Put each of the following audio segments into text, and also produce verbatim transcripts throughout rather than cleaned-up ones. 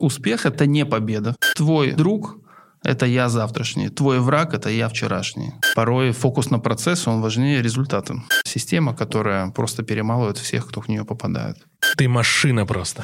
Успех – это не победа. Твой друг – это я завтрашний. Твой враг – это я вчерашний. Порой фокус на процесс, он важнее результата. Система, которая просто перемалывает всех, кто в нее попадает. Ты машина просто.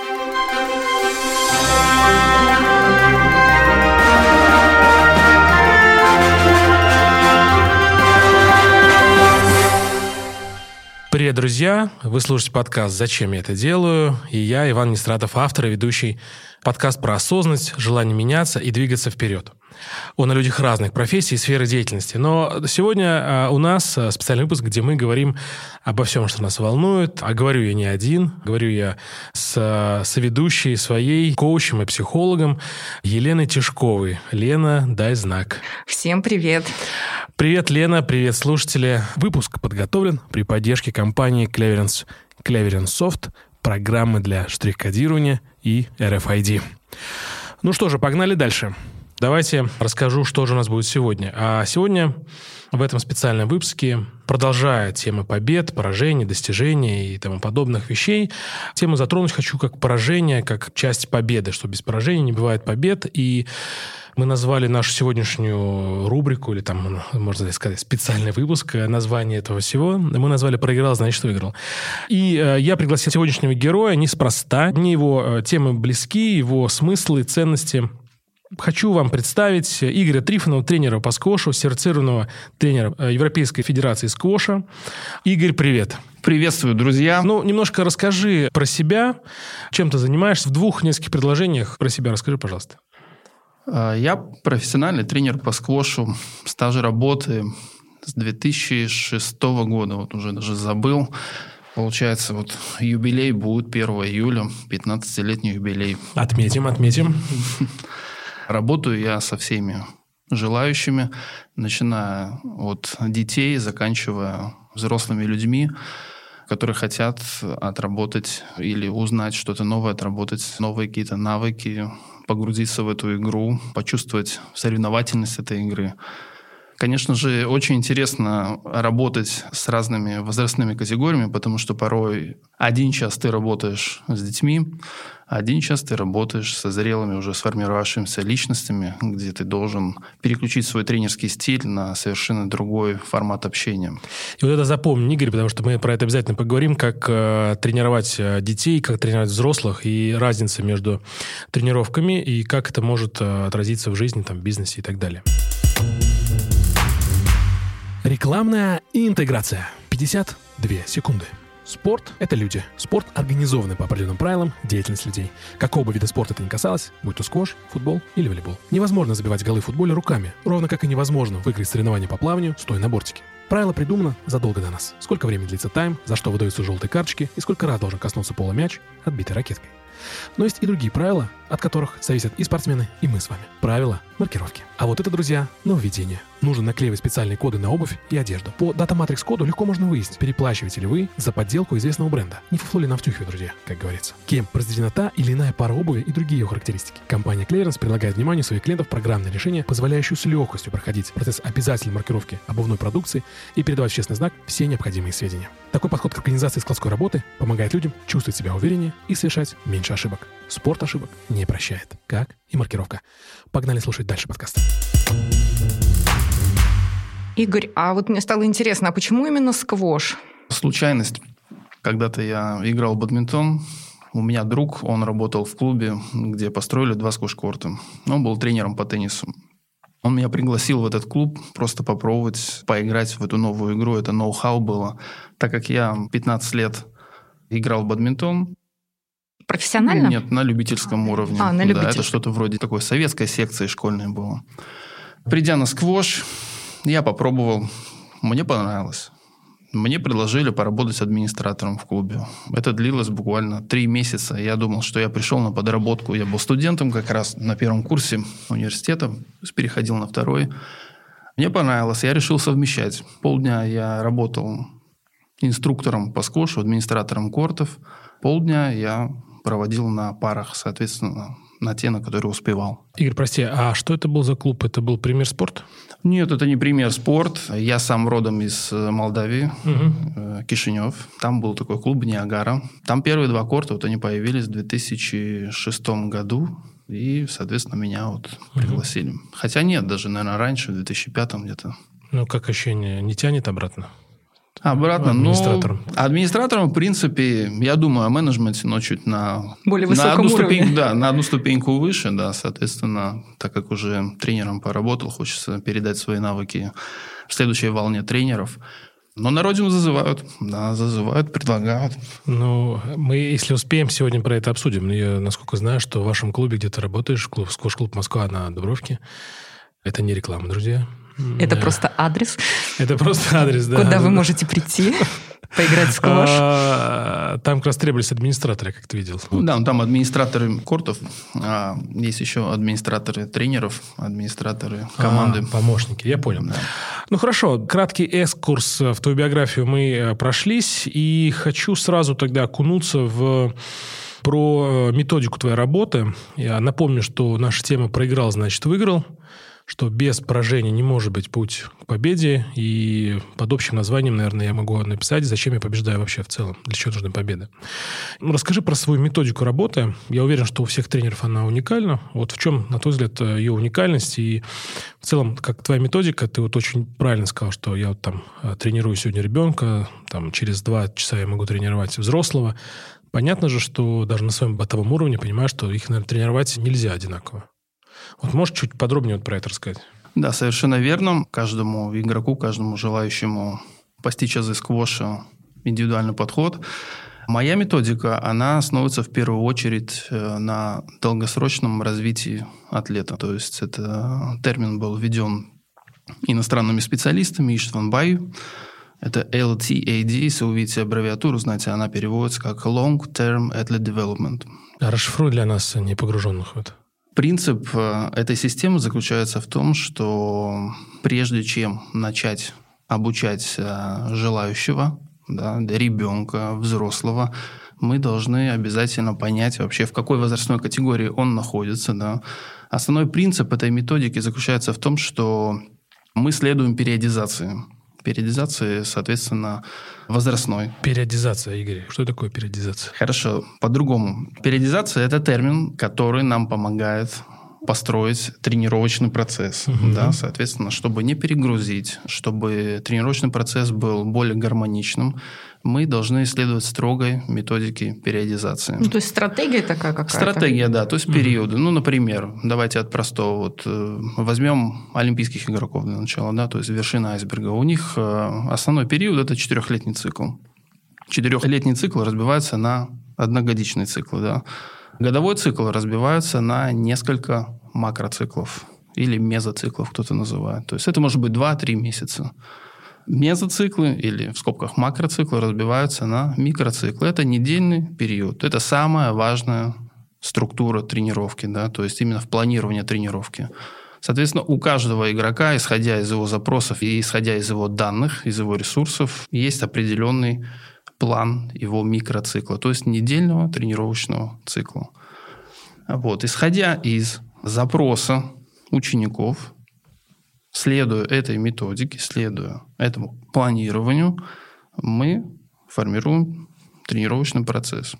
Привет, друзья! Вы слушаете подкаст «Зачем я это делаю?» И я, Иван Нестратов, автор и ведущий подкаст про осознанность, желание меняться и двигаться вперед. Он о людях разных профессий и сферы деятельности. Но сегодня у нас специальный выпуск, где мы говорим обо всем, что нас волнует. А говорю я не один, говорю я с соведущей своей коучем и психологом Еленой Тишковой. Лена, дай знак. Всем привет. Привет, Лена, привет, слушатели. Выпуск подготовлен при поддержке компании Cleverance, Cleverance Soft, программы для штрих-кодирования и эр эф ай ди. Ну что же, погнали дальше. Давайте расскажу, что же у нас будет сегодня. А сегодня в этом специальном выпуске, продолжая темы побед, поражений, достижений и тому подобных вещей, тему затронуть хочу как поражение, как часть победы, что без поражений не бывает побед. И мы назвали нашу сегодняшнюю рубрику, или там, можно сказать, специальный выпуск, название этого всего, мы назвали «Проиграл, значит, выиграл». И э, я пригласил сегодняшнего героя неспроста. Мне его э, темы близки, его смыслы, ценности. Хочу вам представить Игоря Трифонова, тренера по сквошу, сертифицированного тренера Европейской Федерации сквоша. Игорь, привет. Приветствую, друзья. Ну, немножко расскажи про себя, чем ты занимаешься. В двух нескольких предложениях про себя расскажи, пожалуйста. Я профессиональный тренер по сквошу, стаж работы с две тысячи шестого года, вот уже даже забыл. Получается, вот юбилей будет первого июля, пятнадцатилетний юбилей. Отметим, отметим. Работаю я со всеми желающими, начиная от детей, заканчивая взрослыми людьми, которые хотят отработать или узнать что-то новое, отработать новые какие-то навыки, погрузиться в эту игру, почувствовать соревновательность этой игры. Конечно же, очень интересно работать с разными возрастными категориями, потому что порой один час ты работаешь с детьми, один час ты работаешь со зрелыми, уже сформировавшимися личностями, где ты должен переключить свой тренерский стиль на совершенно другой формат общения. И вот это запомни, Игорь, потому что мы про это обязательно поговорим, как э, тренировать детей, как тренировать взрослых, и разница между тренировками, и как это может э, отразиться в жизни, там, в бизнесе и так далее. Рекламная интеграция. пятьдесят две секунды. Спорт – это люди. Спорт организованный по определенным правилам, деятельность людей. Какого бы вида спорта это ни касалось, будь то сквош, футбол или волейбол. Невозможно забивать голы в футболе руками, ровно как и невозможно выиграть соревнования по плаванию, стоя на бортике. Правило придумано задолго до нас. Сколько времени длится тайм, за что выдаются желтые карточки и сколько раз должен коснуться пола мяч, отбитой ракеткой. Но есть и другие правила, от которых зависят и спортсмены, и мы с вами. Правила маркировки. А вот это, друзья, нововведение. Нужно наклеивать специальные коды на обувь и одежду. По Data Matrix коду легко можно выяснить, переплачиваете ли вы за подделку известного бренда. Не фуфло ли нам втюхивают, друзья, как говорится. Кем произведена та или иная пара обуви и другие ее характеристики. Компания Cleverance предлагает вниманию своих клиентов программное решение, позволяющее с легкостью проходить процесс обязательной маркировки обувной продукции и передавать в честный знак все необходимые сведения. Такой подход к организации складской работы помогает людям чувствовать себя увереннее и совершать меньше ошибок. Спорт ошибок не прощает, как и маркировка. Погнали слушать дальше подкаст. Игорь, а вот мне стало интересно, а почему именно сквош? Случайность. Когда-то я играл в бадминтон. У меня друг, он работал в клубе, где построили два сквош-корта. Он был тренером по теннису. Он меня пригласил в этот клуб просто попробовать поиграть в эту новую игру. Это ноу-хау было. Так как я пятнадцать лет играл в бадминтон. Профессионально? Нет, на любительском уровне. А, на да, любительском. это что-то вроде такой советской секции школьной было. Придя на сквош, я попробовал. Мне понравилось. Мне предложили поработать администратором в клубе. Это длилось буквально три месяца. Я думал, что я пришел на подработку. Я был студентом как раз на первом курсе университета. Переходил на второй. Мне понравилось. Я решил совмещать. Полдня я работал инструктором по сквошу, администратором кортов. Полдня я проводил на парах, соответственно, на те, на которые успевал. Игорь, прости, а что это был за клуб? Это был «Премьер спорт»? Нет, это не «Премьер спорт». Я сам родом из Молдавии, угу. Кишинев. Там был такой клуб «Ниагара». Там первые два корта, вот они появились в две тысячи шестом году. И, соответственно, меня вот пригласили. Угу. Хотя нет, даже, наверное, раньше, в две тысячи пятом где-то. Ну, как ощущение? Не тянет обратно? Обратно, администратором. Ну, администратором, в принципе, я думаю о менеджменте, но чуть на... Более на высоком одну уровне. Ступень, да, на одну ступеньку выше, да, соответственно, так как уже тренером поработал, хочется передать свои навыки в следующей волне тренеров. Но на родину зазывают, да, зазывают, предлагают. Ну, мы, если успеем, сегодня про это обсудим. Я, насколько знаю, что в вашем клубе, где ты работаешь, клуб, сквош-клуб «Москва» на Дубровке, это не реклама, друзья. Это просто адрес. Это просто адрес, да. Куда вы можете прийти, поиграть в сквош. Там как раз требовались администраторы, как ты видел. Да, там администраторы кортов, а есть еще администраторы тренеров, администраторы команды. А, помощники, я понял. Да. Ну хорошо, краткий экскурс в твою биографию мы прошлись, и хочу сразу тогда окунуться в... про методику твоей работы. Я напомню, что наша тема «Проиграл, значит, выиграл», что без поражения не может быть путь к победе, и под общим названием, наверное, я могу написать, зачем я побеждаю вообще в целом, для чего нужна победа. Ну, расскажи про свою методику работы. Я уверен, что у всех тренеров она уникальна. Вот в чем, на твой взгляд, ее уникальность? И в целом, как твоя методика, ты вот очень правильно сказал, что я вот там тренирую сегодня ребенка, там через два часа я могу тренировать взрослого. Понятно же, что даже на своем бытовом уровне понимаю, что их, наверное, тренировать нельзя одинаково. Вот можешь чуть подробнее вот про это рассказать? Да, совершенно верно. Каждому игроку, каждому желающему постичь азы сквоша индивидуальный подход. Моя методика, она основывается в первую очередь на долгосрочном развитии атлета. То есть, это термин был введен иностранными специалистами, Иштван Бай. Это эл ти эй ди, если вы видите аббревиатуру, знаете, она переводится как Long Term Athlete Development. А расшифруй для нас, не погруженных в это. Принцип этой системы заключается в том, что прежде чем начать обучать желающего, да, ребенка, взрослого, мы должны обязательно понять вообще, в какой возрастной категории он находится. Да. Основной принцип этой методики заключается в том, что мы следуем периодизации. Периодизации, соответственно, возрастной. Периодизация, Игорь. Что такое периодизация? Хорошо, по-другому. Периодизация – это термин, который нам помогает построить тренировочный процесс. Угу. Да, соответственно, чтобы не перегрузить, чтобы тренировочный процесс был более гармоничным, мы должны исследовать строгой методики периодизации. Ну, то есть стратегия такая какая-то? Стратегия, да. То есть периоды. Mm-hmm. Ну, например, давайте от простого. Вот, э, возьмем олимпийских игроков для начала. Да, то есть вершина айсберга. У них э, основной период – это четырехлетний цикл. Четырехлетний цикл разбивается на одногодичные циклы. Да. Годовой цикл разбивается на несколько макроциклов или мезоциклов, кто-то называет. То есть это может быть два-три месяца. Мезоциклы или в скобках макроциклы разбиваются на микроциклы. Это недельный период. Это самая важная структура тренировки, да, то есть именно в планировании тренировки. Соответственно, у каждого игрока, исходя из его запросов и исходя из его данных, из его ресурсов, есть определенный план его микроцикла, то есть недельного тренировочного цикла. Вот. Исходя из запроса учеников, следуя этой методике, следуя этому планированию, мы формируем тренировочный процесс.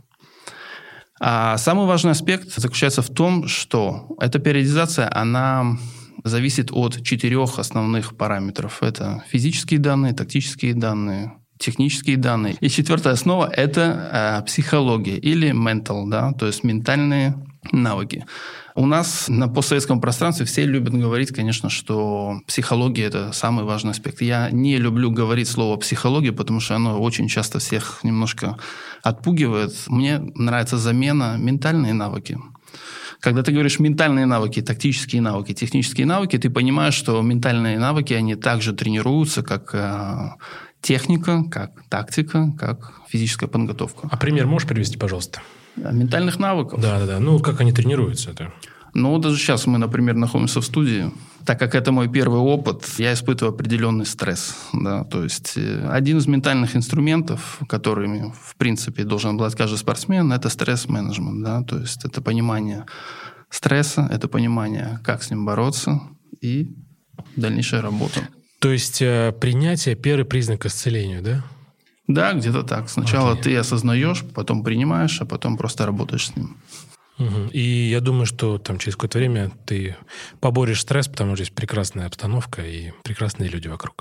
А самый важный аспект заключается в том, что эта периодизация, она зависит от четырех основных параметров. Это физические данные, тактические данные, технические данные. И четвертая основа – это э, психология или mental, да, то есть ментальные навыки. У нас на постсоветском пространстве все любят говорить, конечно, что психология – это самый важный аспект. Я не люблю говорить слово «психология», потому что оно очень часто всех немножко отпугивает. Мне нравится замена «ментальные навыки». Когда ты говоришь «ментальные навыки», «тактические навыки», «технические навыки», ты понимаешь, что ментальные навыки, они также тренируются, как э, техника, как тактика, как физическая подготовка. А пример можешь привести, пожалуйста? Ментальных навыков. Да, да, да. Ну, как они тренируются это? Но даже сейчас мы, например, находимся в студии. Так как это мой первый опыт, я испытываю определенный стресс. Да? То есть один из ментальных инструментов, которыми, в принципе, должен обладать каждый спортсмен, это стресс-менеджмент. Да? То есть это понимание стресса, это понимание, как с ним бороться и дальнейшая работа. То есть э, принятие – первый признак к исцелению, да? Да, где-то так. Сначала Окей. ты осознаешь, потом принимаешь, а потом просто работаешь с ним. Угу. И я думаю, что там через какое-то время ты поборешь стресс, потому что здесь прекрасная обстановка и прекрасные люди вокруг.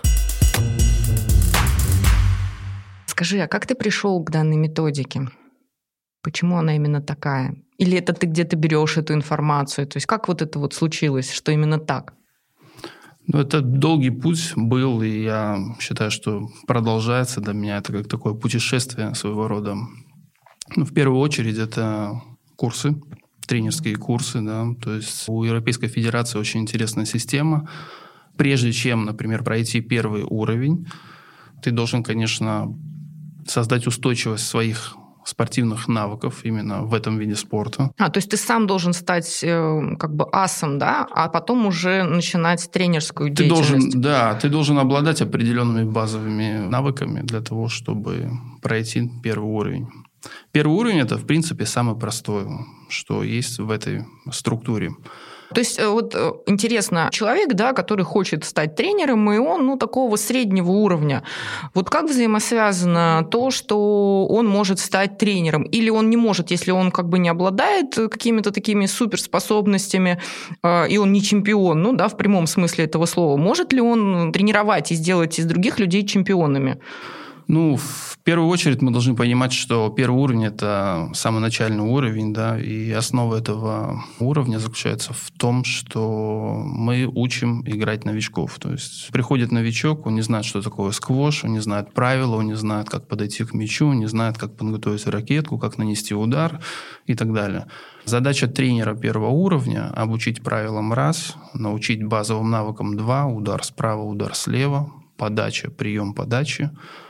Скажи, а как ты пришел к данной методике? Почему она именно такая? Или это ты где-то берешь эту информацию? То есть как вот это вот случилось, что именно так? Ну, это долгий путь был, и я считаю, что продолжается. Для меня это как такое путешествие своего рода. Ну, в первую очередь, это курсы, тренерские курсы. Да? То есть у Европейской Федерации очень интересная система. Прежде чем, например, пройти первый уровень, ты должен, конечно, создать устойчивость своих спортивных навыков именно в этом виде спорта. А, то есть ты сам должен стать э, как бы асом, да, а потом уже начинать тренерскую ты деятельность. Должен, да, ты должен обладать определенными базовыми навыками для того, чтобы пройти первый уровень. Первый уровень – это, в принципе, самый простой, что есть в этой структуре. То есть вот интересно, человек, да, который хочет стать тренером, и он ну, такого среднего уровня. Вот как взаимосвязано то, что он может стать тренером? Или он не может, если он как бы не обладает какими-то такими суперспособностями, и он не чемпион, ну да, в прямом смысле этого слова. Может ли он тренировать и сделать из других людей чемпионами? Ну, в первую очередь мы должны понимать, что первый уровень – это самый начальный уровень, да, и основа этого уровня заключается в том, что мы учим играть новичков. То есть приходит новичок, он не знает, что такое сквош, он не знает правила, он не знает, как подойти к мячу, не знает, как подготовить ракетку, как нанести удар и так далее. Задача тренера первого уровня – обучить правилам раз, научить базовым навыкам два, удар справа, удар слева, подача, прием подачи,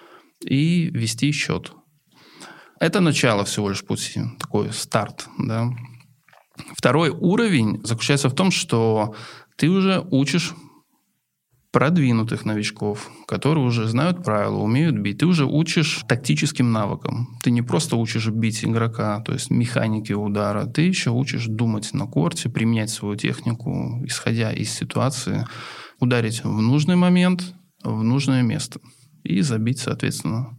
и вести счет. Это начало всего лишь пути, такой старт. Да? Второй уровень заключается в том, что ты уже учишь продвинутых новичков, которые уже знают правила, умеют бить. Ты уже учишь тактическим навыкам. Ты не просто учишь бить игрока, то есть механики удара, ты еще учишь думать на корте, применять свою технику, исходя из ситуации, ударить в нужный момент, в нужное место. И забить, соответственно,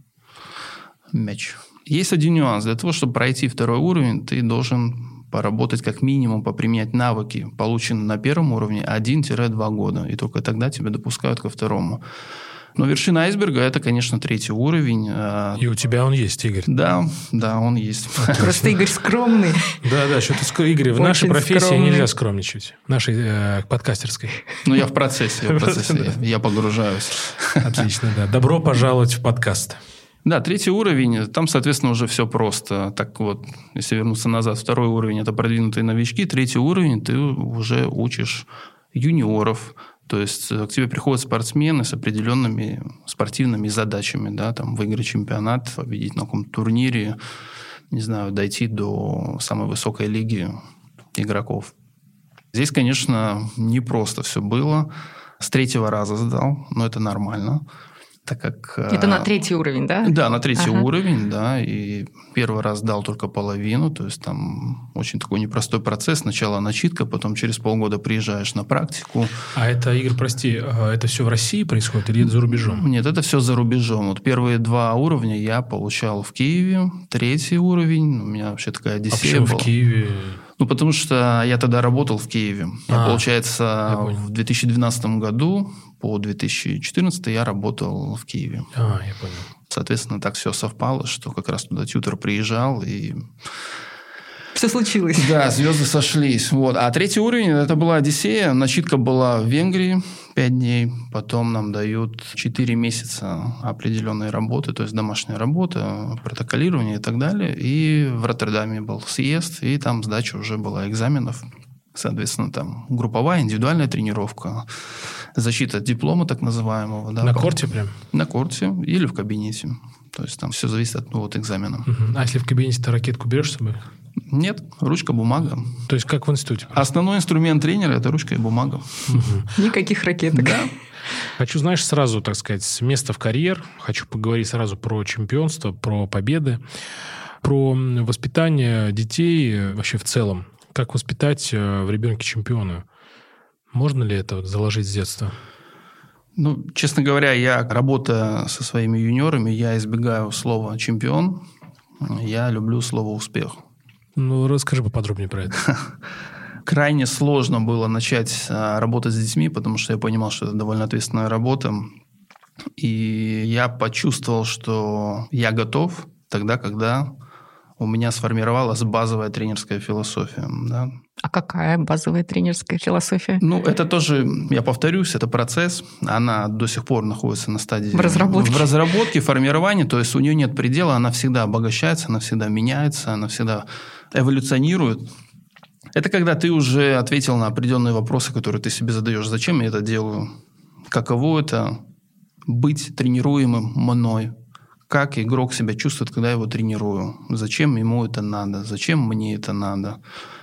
мяч. Есть один нюанс. Для того, чтобы пройти второй уровень, ты должен поработать как минимум, поприменять навыки, полученные на первом уровне, один-два года. И только тогда тебя допускают ко второму. Но вершина айсберга – это, конечно, третий уровень. И у тебя он есть, Игорь? Да, да, он есть. Просто Игорь скромный. Да-да, что-то, Игорь, в нашей профессии нельзя скромничать. Нашей подкастерской. Ну, я в процессе, я в процессе, я погружаюсь. Отлично, да. Добро пожаловать в подкаст. Да, третий уровень, там, соответственно, уже все просто. Так вот, если вернуться назад, второй уровень – это продвинутые новички, третий уровень – ты уже учишь юниоров. То есть к тебе приходят спортсмены с определенными спортивными задачами, да, там, выиграть чемпионат, победить на каком-то турнире, не знаю, дойти до самой высокой лиги игроков. Здесь, конечно, не просто все было. С третьего раза сдал, но это нормально. Так как, это на третий уровень, да? Да, на третий ага. уровень, да, и первый раз дал только половину, то есть там очень такой непростой процесс. Сначала начитка, потом через полгода приезжаешь на практику. А это, Игорь, прости, это все в России происходит или это за рубежом? Нет, это все за рубежом. Вот первые два уровня я получал в Киеве, третий уровень, у меня вообще такая одиссея была. А почему в Киеве? Ну, потому что я тогда работал в Киеве. Я, а, получается, я в две тысячи двенадцатом году по две тысячи четырнадцатый я работал в Киеве. А, я понял. Соответственно, так все совпало, что как раз туда тьютор приезжал, и... Все случилось. Да, звезды сошлись. Вот. А третий уровень, это была одиссея. Начитка была в Венгрии пять дней. Потом нам дают четыре месяца определенной работы, то есть домашняя работа, протоколирование и так далее. И в Роттердаме был съезд, и там сдача уже была экзаменов. Соответственно, там групповая, индивидуальная тренировка, защита диплома так называемого. Да, на корте прям? На корте или в кабинете. То есть там все зависит от ну, вот, экзамена. Угу. А если в кабинете ты ракетку берешь с собой? Нет, ручка, бумага. То есть как в институте? Просто. Основной инструмент тренера – это ручка и бумага. Никаких ракеток. Да. Хочу, знаешь, сразу, так сказать, с места в карьер. Хочу поговорить сразу про чемпионство, про победы, про воспитание детей вообще в целом. Как воспитать в ребенке чемпиона? Можно ли это заложить с детства? Ну, честно говоря, я, работая со своими юниорами, я избегаю слова «чемпион». Я люблю слово «успех». Ну, расскажи поподробнее про это. Крайне сложно было начать работать с детьми, потому что я понимал, что это довольно ответственная работа. И я почувствовал, что я готов тогда, когда у меня сформировалась базовая тренерская философия. Да. А какая базовая тренерская философия? Ну, это тоже, я повторюсь, это процесс. Она до сих пор находится на стадии... В разработке. В разработке, формировании. То есть у нее нет предела, она всегда обогащается, она всегда меняется, она всегда эволюционирует. Это когда ты уже ответил на определенные вопросы, которые ты себе задаешь. Зачем я это делаю? Каково это быть тренируемым мной? Как игрок себя чувствует, когда я его тренирую? Зачем ему это надо? Зачем мне это надо?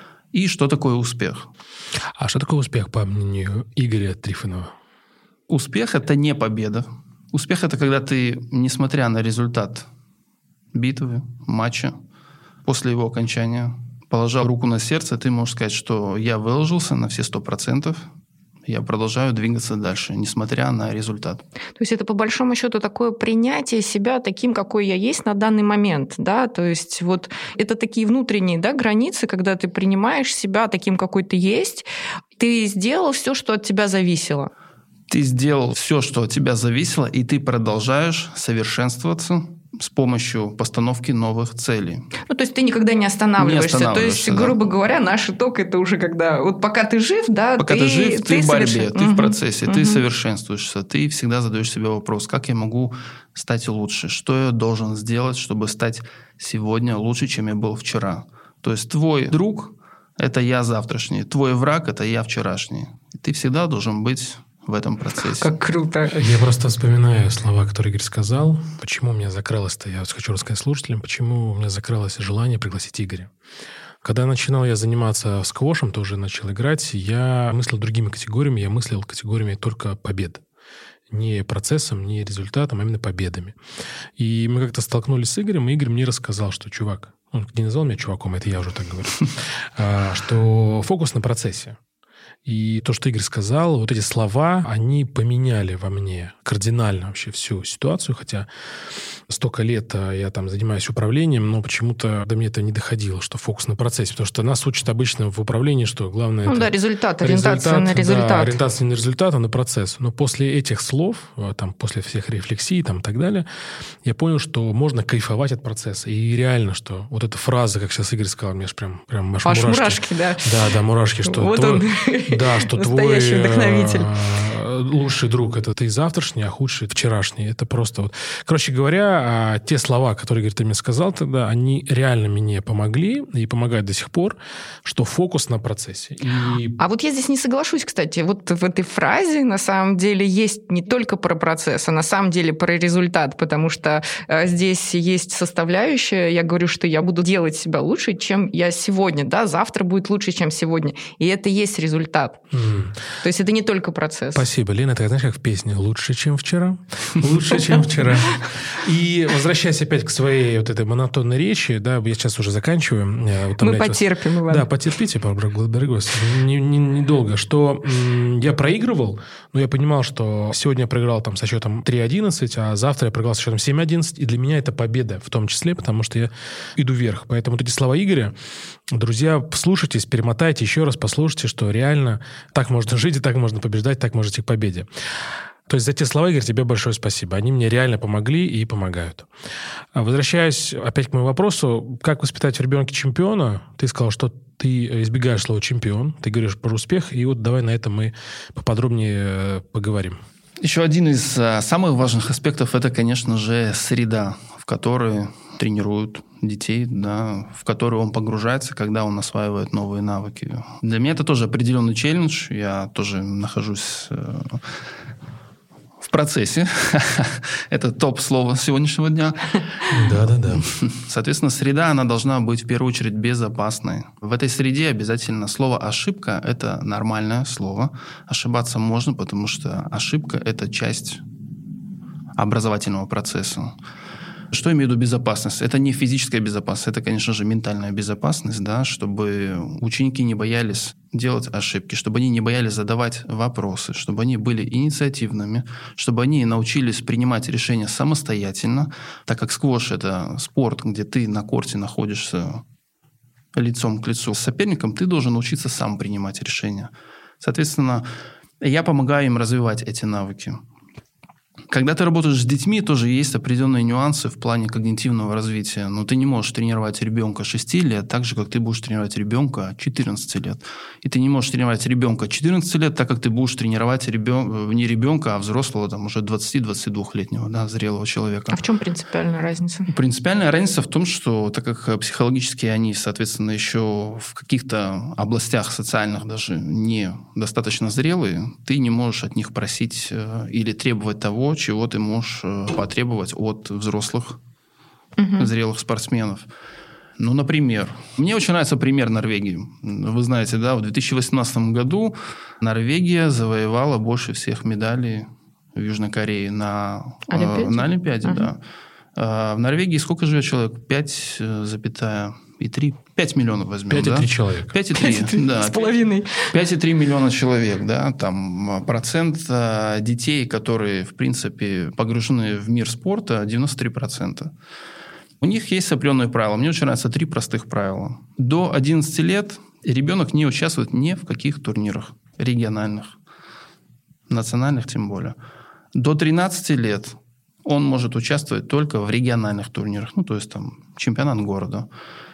И что такое успех? А что такое успех, по мнению Игоря Трифонова? Успех – это не победа. Успех – это когда ты, несмотря на результат битвы, матча, после его окончания, положа руку на сердце, ты можешь сказать, что я выложился на все сто процентов, я продолжаю двигаться дальше, несмотря на результат. То есть это, по большому счету, такое принятие себя таким, какой я есть на данный момент. Да? То есть вот это такие внутренние, да, границы, когда ты принимаешь себя таким, какой ты есть, ты сделал все, что от тебя зависело. Ты сделал все, что от тебя зависело, и ты продолжаешь совершенствоваться с помощью постановки новых целей. Ну, то есть ты никогда не останавливаешься. Не останавливаешься, то есть, да. грубо говоря, наш итог – это уже когда… Вот пока ты жив, да, пока ты… ты жив, ты, ты в борьбе, совершен... ты угу. в процессе, угу. ты совершенствуешься, ты всегда задаешь себе вопрос, как я могу стать лучше, что я должен сделать, чтобы стать сегодня лучше, чем я был вчера. То есть твой друг – это я завтрашний, твой враг – это я вчерашний. И ты всегда должен быть в этом процессе. Как круто. Я просто вспоминаю слова, которые Игорь сказал. Почему у меня закралось-то, я хочу рассказать слушателям, почему у меня закралось желание пригласить Игоря. Когда начинал я заниматься сквошем, тоже начал играть, я мыслил другими категориями, я мыслил категориями только побед. Не процессом, не результатом, а именно победами. И мы как-то столкнулись с Игорем, и Игорь мне рассказал, что чувак, он не назвал меня чуваком, это я уже так говорю, что фокус на процессе. И то, что Игорь сказал, вот эти слова, они поменяли во мне кардинально вообще всю ситуацию, хотя столько лет я там занимаюсь управлением, но почему-то до меня это не доходило, что фокус на процессе, потому что нас учат обычно в управлении, что главное... Ну это да, результат, ориентация на результат. Да, ориентация не на результат, а на процесс. Но после этих слов, там, после всех рефлексий там, и так далее, я понял, что можно кайфовать от процесса. И реально, что вот эта фраза, как сейчас Игорь сказал, мне аж прям, прям аж, аж мурашки. мурашки, да. Да, да, мурашки, что... Вот твой, он, да, что настоящий твой вдохновитель. Лучший друг – это ты завтрашний, а худший – вчерашний. Это просто вот... Короче говоря, те слова, которые, Игорь, ты мне сказал тогда, они реально мне помогли и помогают до сих пор, что фокус на процессе. И... А вот я здесь не соглашусь, кстати. Вот в этой фразе на самом деле есть не только про процесс, а на самом деле про результат, потому что здесь есть составляющая, я говорю, что я буду делать себя лучше, чем я сегодня, да, завтра будет лучше, чем сегодня. И это и есть результат. Mm. То есть это не только процесс. Спасибо, Лена. Это, знаешь, как в песне «Лучше, чем вчера». Лучше, чем вчера. И возвращаясь опять к своей вот этой монотонной речи, да, я сейчас уже заканчиваю. Мы потерпим, Иван. Да, потерпите, благодарю Господи. Недолго. Что я проигрывал, но я понимал, что сегодня я проиграл там со счетом три одиннадцать, а завтра я проиграл со счетом семь одиннадцать, и для меня это победа в том числе, потому что я иду вверх. Поэтому вот эти слова Игоря, друзья, слушайтесь, перемотайте, еще раз послушайте, что реально так можно жить, и так можно побеждать, так можно идти к победе. То есть за те слова, Игорь, тебе большое спасибо. Они мне реально помогли и помогают. Возвращаясь опять к моему вопросу, как воспитать в ребенке чемпиона? Ты сказал, что ты избегаешь слова «чемпион», ты говоришь про успех, и вот давай на этом мы поподробнее поговорим. Еще один из самых важных аспектов – это, конечно же, среда, в которой тренируют детей, да, в которую он погружается, когда он осваивает новые навыки. Для меня это тоже определенный челлендж. Я тоже нахожусь в процессе. Это топ-слово сегодняшнего дня. Да-да-да. Соответственно, среда, она должна быть в первую очередь безопасной. В этой среде обязательно слово «ошибка» — это нормальное слово. Ошибаться можно, потому что ошибка — это часть образовательного процесса. Что имею в виду безопасность? Это не физическая безопасность, это, конечно же, ментальная безопасность, да, чтобы ученики не боялись делать ошибки, чтобы они не боялись задавать вопросы, чтобы они были инициативными, чтобы они научились принимать решения самостоятельно, так как сквош – это спорт, где ты на корте находишься лицом к лицу с соперником, ты должен научиться сам принимать решения. Соответственно, я помогаю им развивать эти навыки. Когда ты работаешь с детьми, тоже есть определенные нюансы в плане когнитивного развития. Но ты не можешь тренировать ребенка шести лет так же, как ты будешь тренировать ребенка четырнадцати лет. И ты не можешь тренировать ребенка четырнадцати лет так, как ты будешь тренировать ребен... не ребенка, а взрослого, там, уже двадцати-двадцатидвухлетнего, да, зрелого человека. А в чем принципиальная разница? Принципиальная разница в том, что так как психологически они, соответственно, еще в каких-то областях социальных даже не достаточно зрелые, ты не можешь от них просить э, или требовать того, чего ты можешь потребовать от взрослых, угу. зрелых спортсменов. Ну, например, мне очень нравится пример Норвегии. Вы знаете, да, в две тысячи восемнадцатом году Норвегия завоевала больше всех медалей в Южной Корее на Олимпиаде, э, на Олимпиаде угу. да. А в Норвегии сколько живет человек? пять целых три пять миллионов возьмем, пять целых три да? человека. пять целых три, да. С половиной. пять целых три миллиона человек, да, там процент детей, которые, в принципе, погружены в мир спорта, девяносто три процента. У них есть определенные правила. Мне очень нравятся три простых правила. До одиннадцати лет ребенок не участвует ни в каких турнирах региональных, национальных тем более. До тринадцати лет он может участвовать только в региональных турнирах, ну, то есть там чемпионат города.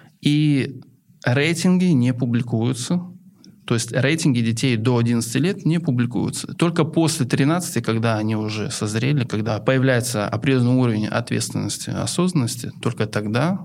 И рейтинги не публикуются. То есть рейтинги детей до одиннадцати лет не публикуются. Только после тринадцати, когда они уже созрели, когда появляется определенный уровень ответственности, осознанности, только тогда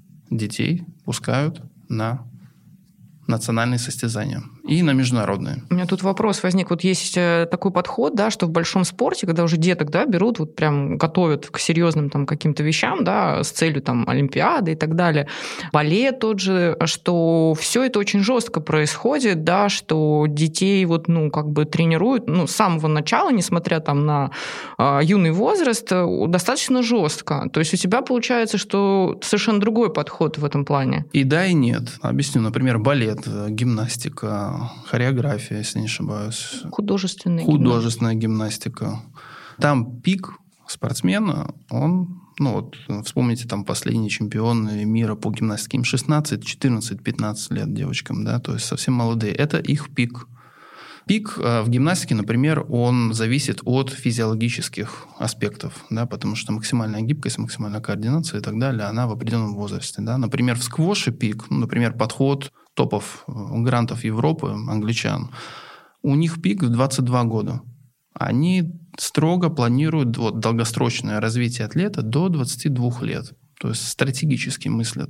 детей пускают на национальные состязания и на международные. У меня тут вопрос возник. Вот есть такой подход, да, что в большом спорте, когда уже деток, да, берут, вот прям готовят к серьезным там каким-то вещам, да, с целью там олимпиады и так далее. Балет тот же, что все это очень жестко происходит, да, что детей вот, ну, как бы тренируют, ну, с самого начала, несмотря там на э, юный возраст, достаточно жестко. То есть у тебя получается, что совершенно другой подход в этом плане. И да, и нет. Объясню. Например, балет, гимнастика, хореография, если не ошибаюсь. Художественная, Художественная гимнастика. Там пик спортсмена, он, ну вот, вспомните, там последние чемпионы мира по гимнастике, им шестнадцать, четырнадцать, пятнадцать лет девочкам, да, то есть совсем молодые. Это их пик. Пик в гимнастике, например, он зависит от физиологических аспектов, да, потому что максимальная гибкость, максимальная координация и так далее, она в определенном возрасте. Да. Например, в сквоше пик, ну, например, подход топов грантов Европы, англичан, у них пик в двадцать два года. Они строго планируют вот, долгосрочное развитие атлета до двадцати двух лет. То есть стратегически мыслят.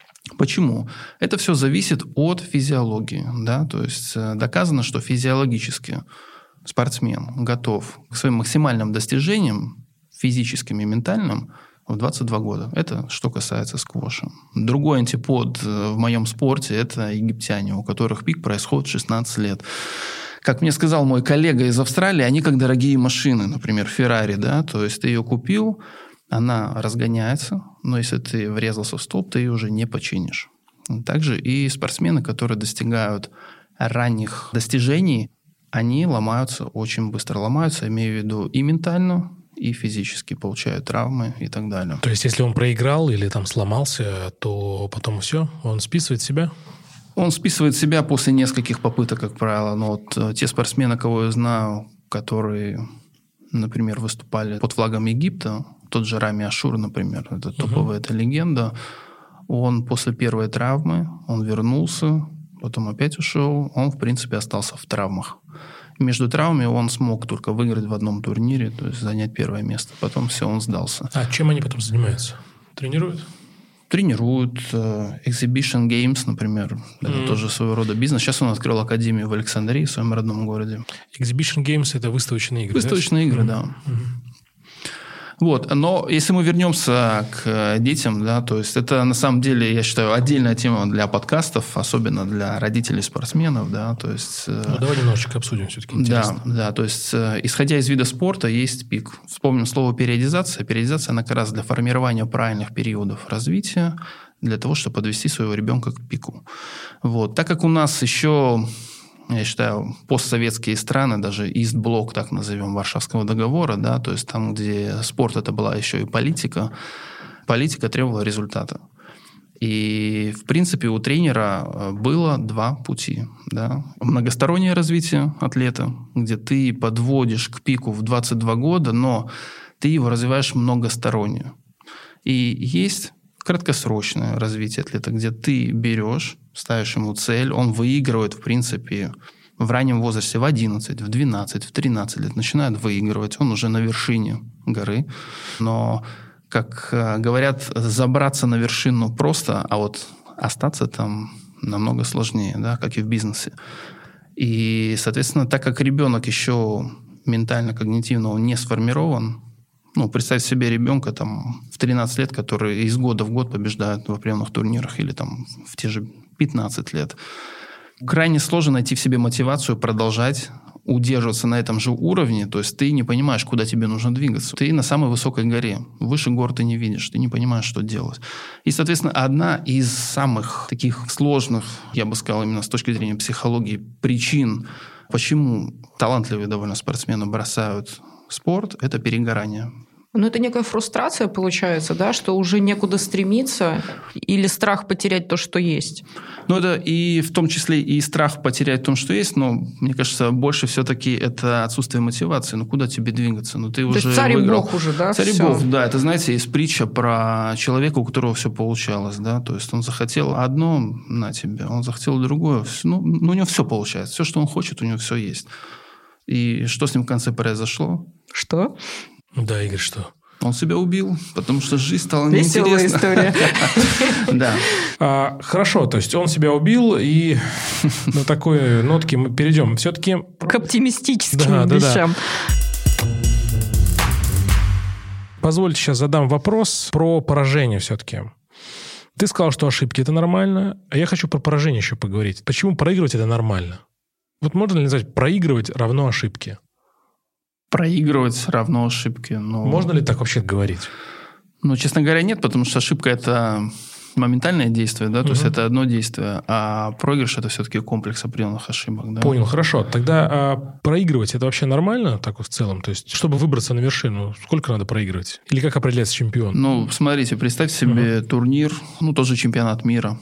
Почему? Это все зависит от физиологии. Да? То есть доказано, что физиологически спортсмен готов к своим максимальным достижениям, физическим и ментальным, в двадцать два года. Это что касается сквоша. Другой антипод в моем спорте – это египтяне, у которых пик происходит в шестнадцать лет. Как мне сказал мой коллега из Австралии, они как дорогие машины, например, Феррари, да, то есть ты ее купил, она разгоняется, но если ты врезался в столб, ты ее уже не починишь. Также и спортсмены, которые достигают ранних достижений, они ломаются очень быстро. Ломаются, имею в виду и ментально, и физически получают травмы и так далее. То есть, если он проиграл или там сломался, то потом все, он списывает себя? Он списывает себя после нескольких попыток, как правило. Но вот те спортсмены, кого я знаю, которые, например, выступали под флагом Египта, тот же Рами Ашур, например, это топовая, uh-huh. это легенда, он после первой травмы, он вернулся, потом опять ушел, он, в принципе, остался в травмах. Между травмами он смог только выиграть в одном турнире, то есть занять первое место. Потом все, он сдался. А чем они потом занимаются? Тренируют? Тренируют. Exhibition Games, например. Это mm. тоже своего рода бизнес. Сейчас он открыл академию в Александрии, в своем родном городе. Exhibition Games – это выставочные игры, Выставочные да? игры, mm. да. Mm-hmm. Вот. Но если мы вернемся к детям, да, то есть это на самом деле, я считаю, отдельная тема для подкастов, особенно для родителей спортсменов, да, то есть... Ну, давай немножечко обсудим, все-таки интересно. Да, да, то есть исходя из вида спорта есть пик. Вспомним слово периодизация. Периодизация, она как раз для формирования правильных периодов развития, для того, чтобы подвести своего ребенка к пику. Вот. Так как у нас еще... Я считаю, постсоветские страны, даже Ист-блок, так назовем, Варшавского договора, да, то есть там, где спорт это была еще и политика, политика требовала результата. И, в принципе, у тренера было два пути. Да. Многостороннее развитие атлета, где ты подводишь к пику в двадцать два года, но ты его развиваешь многосторонне. И есть краткосрочное развитие атлета, где ты берешь, ставишь ему цель, он выигрывает, в принципе, в раннем возрасте, в одиннадцать, в двенадцать, в тринадцать лет, начинает выигрывать, он уже на вершине горы. Но, как говорят, забраться на вершину просто, а вот остаться там намного сложнее, да, как и в бизнесе. И, соответственно, так как ребенок еще ментально-когнитивно он не сформирован, ну, представь себе ребенка там, в тринадцать лет, который из года в год побеждает в определенных турнирах, или там, в те же пятнадцать лет. Крайне сложно найти в себе мотивацию продолжать удерживаться на этом же уровне. То есть ты не понимаешь, куда тебе нужно двигаться. Ты на самой высокой горе. Выше гор ты не видишь. Ты не понимаешь, что делать. И, соответственно, одна из самых таких сложных, я бы сказал, именно с точки зрения психологии, причин, почему талантливые довольно спортсмены бросают спорт, это перегорание. Ну, это некая фрустрация получается, да, что уже некуда стремиться, или страх потерять то, что есть. Ну, это и в том числе и страх потерять то, что есть, но, мне кажется, больше все-таки это отсутствие мотивации. Ну, куда тебе двигаться? Ну, ты то уже есть царь и выиграл. бог уже, да? Царь и все. бог, да. Это, знаете, есть притча про человека, у которого все получалось, да. То есть он захотел одно, на тебе, он захотел другое. Ну, ну, у него все получается. Все, что он хочет, у него все есть. И что с ним в конце произошло? Что? Да, Игорь, что? Он себя убил, потому что жизнь стала Веселая неинтересна. история. Да. А, хорошо, то есть он себя убил, и на такой нотке мы перейдем. Все-таки... К оптимистическим Да, да, да. вещам. Позвольте сейчас задам вопрос про поражение все-таки. Ты сказал, что ошибки – это нормально, а я хочу про поражение еще поговорить. Почему проигрывать – это нормально? Вот можно ли назвать проигрывать равно ошибке? Проигрывать равно ошибке. Ну, можно ли так вообще говорить? Ну, честно говоря, нет, потому что ошибка – это моментальное действие, да, то угу. есть это одно действие, а проигрыш – это все-таки комплекс определенных ошибок. Да? Понял, хорошо. Тогда а проигрывать – это вообще нормально так вот в целом? То есть, чтобы выбраться на вершину, сколько надо проигрывать? Или как определяется чемпион? Ну, смотрите, представьте себе угу. турнир, ну, тоже чемпионат мира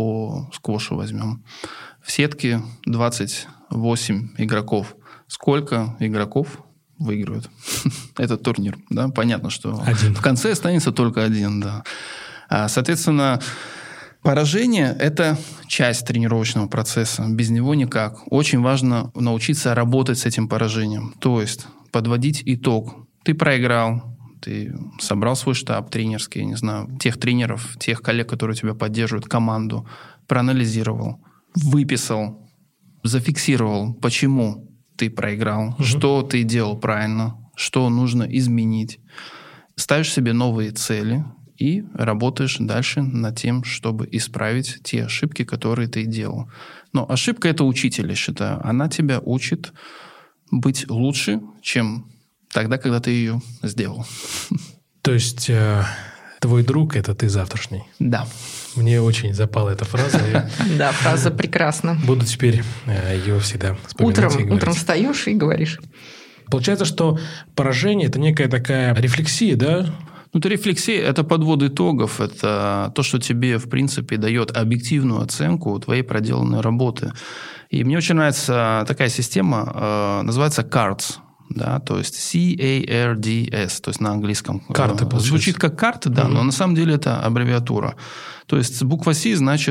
по сквошу возьмем. В сетке двадцать восемь игроков. Сколько игроков выигрывают этот турнир? Да? Понятно, что один. В конце останется только один. Да. А, соответственно, поражение – это часть тренировочного процесса. Без него никак. Очень важно научиться работать с этим поражением. То есть подводить итог. Ты проиграл, ты собрал свой штаб тренерский, не знаю, тех тренеров, тех коллег, которые тебя поддерживают, команду, проанализировал, выписал, зафиксировал, почему ты проиграл, угу. что ты делал правильно, что нужно изменить. Ставишь себе новые цели и работаешь дальше над тем, чтобы исправить те ошибки, которые ты делал. Но ошибка – это учитель, я считаю. Она тебя учит быть лучше, чем тогда, когда ты ее сделал. То есть э, твой друг – это ты завтрашний? Да. Мне очень запала эта фраза. Да, фраза прекрасна. Буду теперь ее всегда вспоминать. Утром, утром встаешь и говоришь. Получается, что поражение – это некая такая рефлексия, да? Ну, это рефлексия, это подвод итогов, это то, что тебе, в принципе, дает объективную оценку твоей проделанной работы. И мне очень нравится такая система, называется кардс. Да, то есть си эй ар ди эс, то есть на английском. Карты, получается. Звучит как карты, да, mm-hmm. но на самом деле это аббревиатура. То есть буква C значит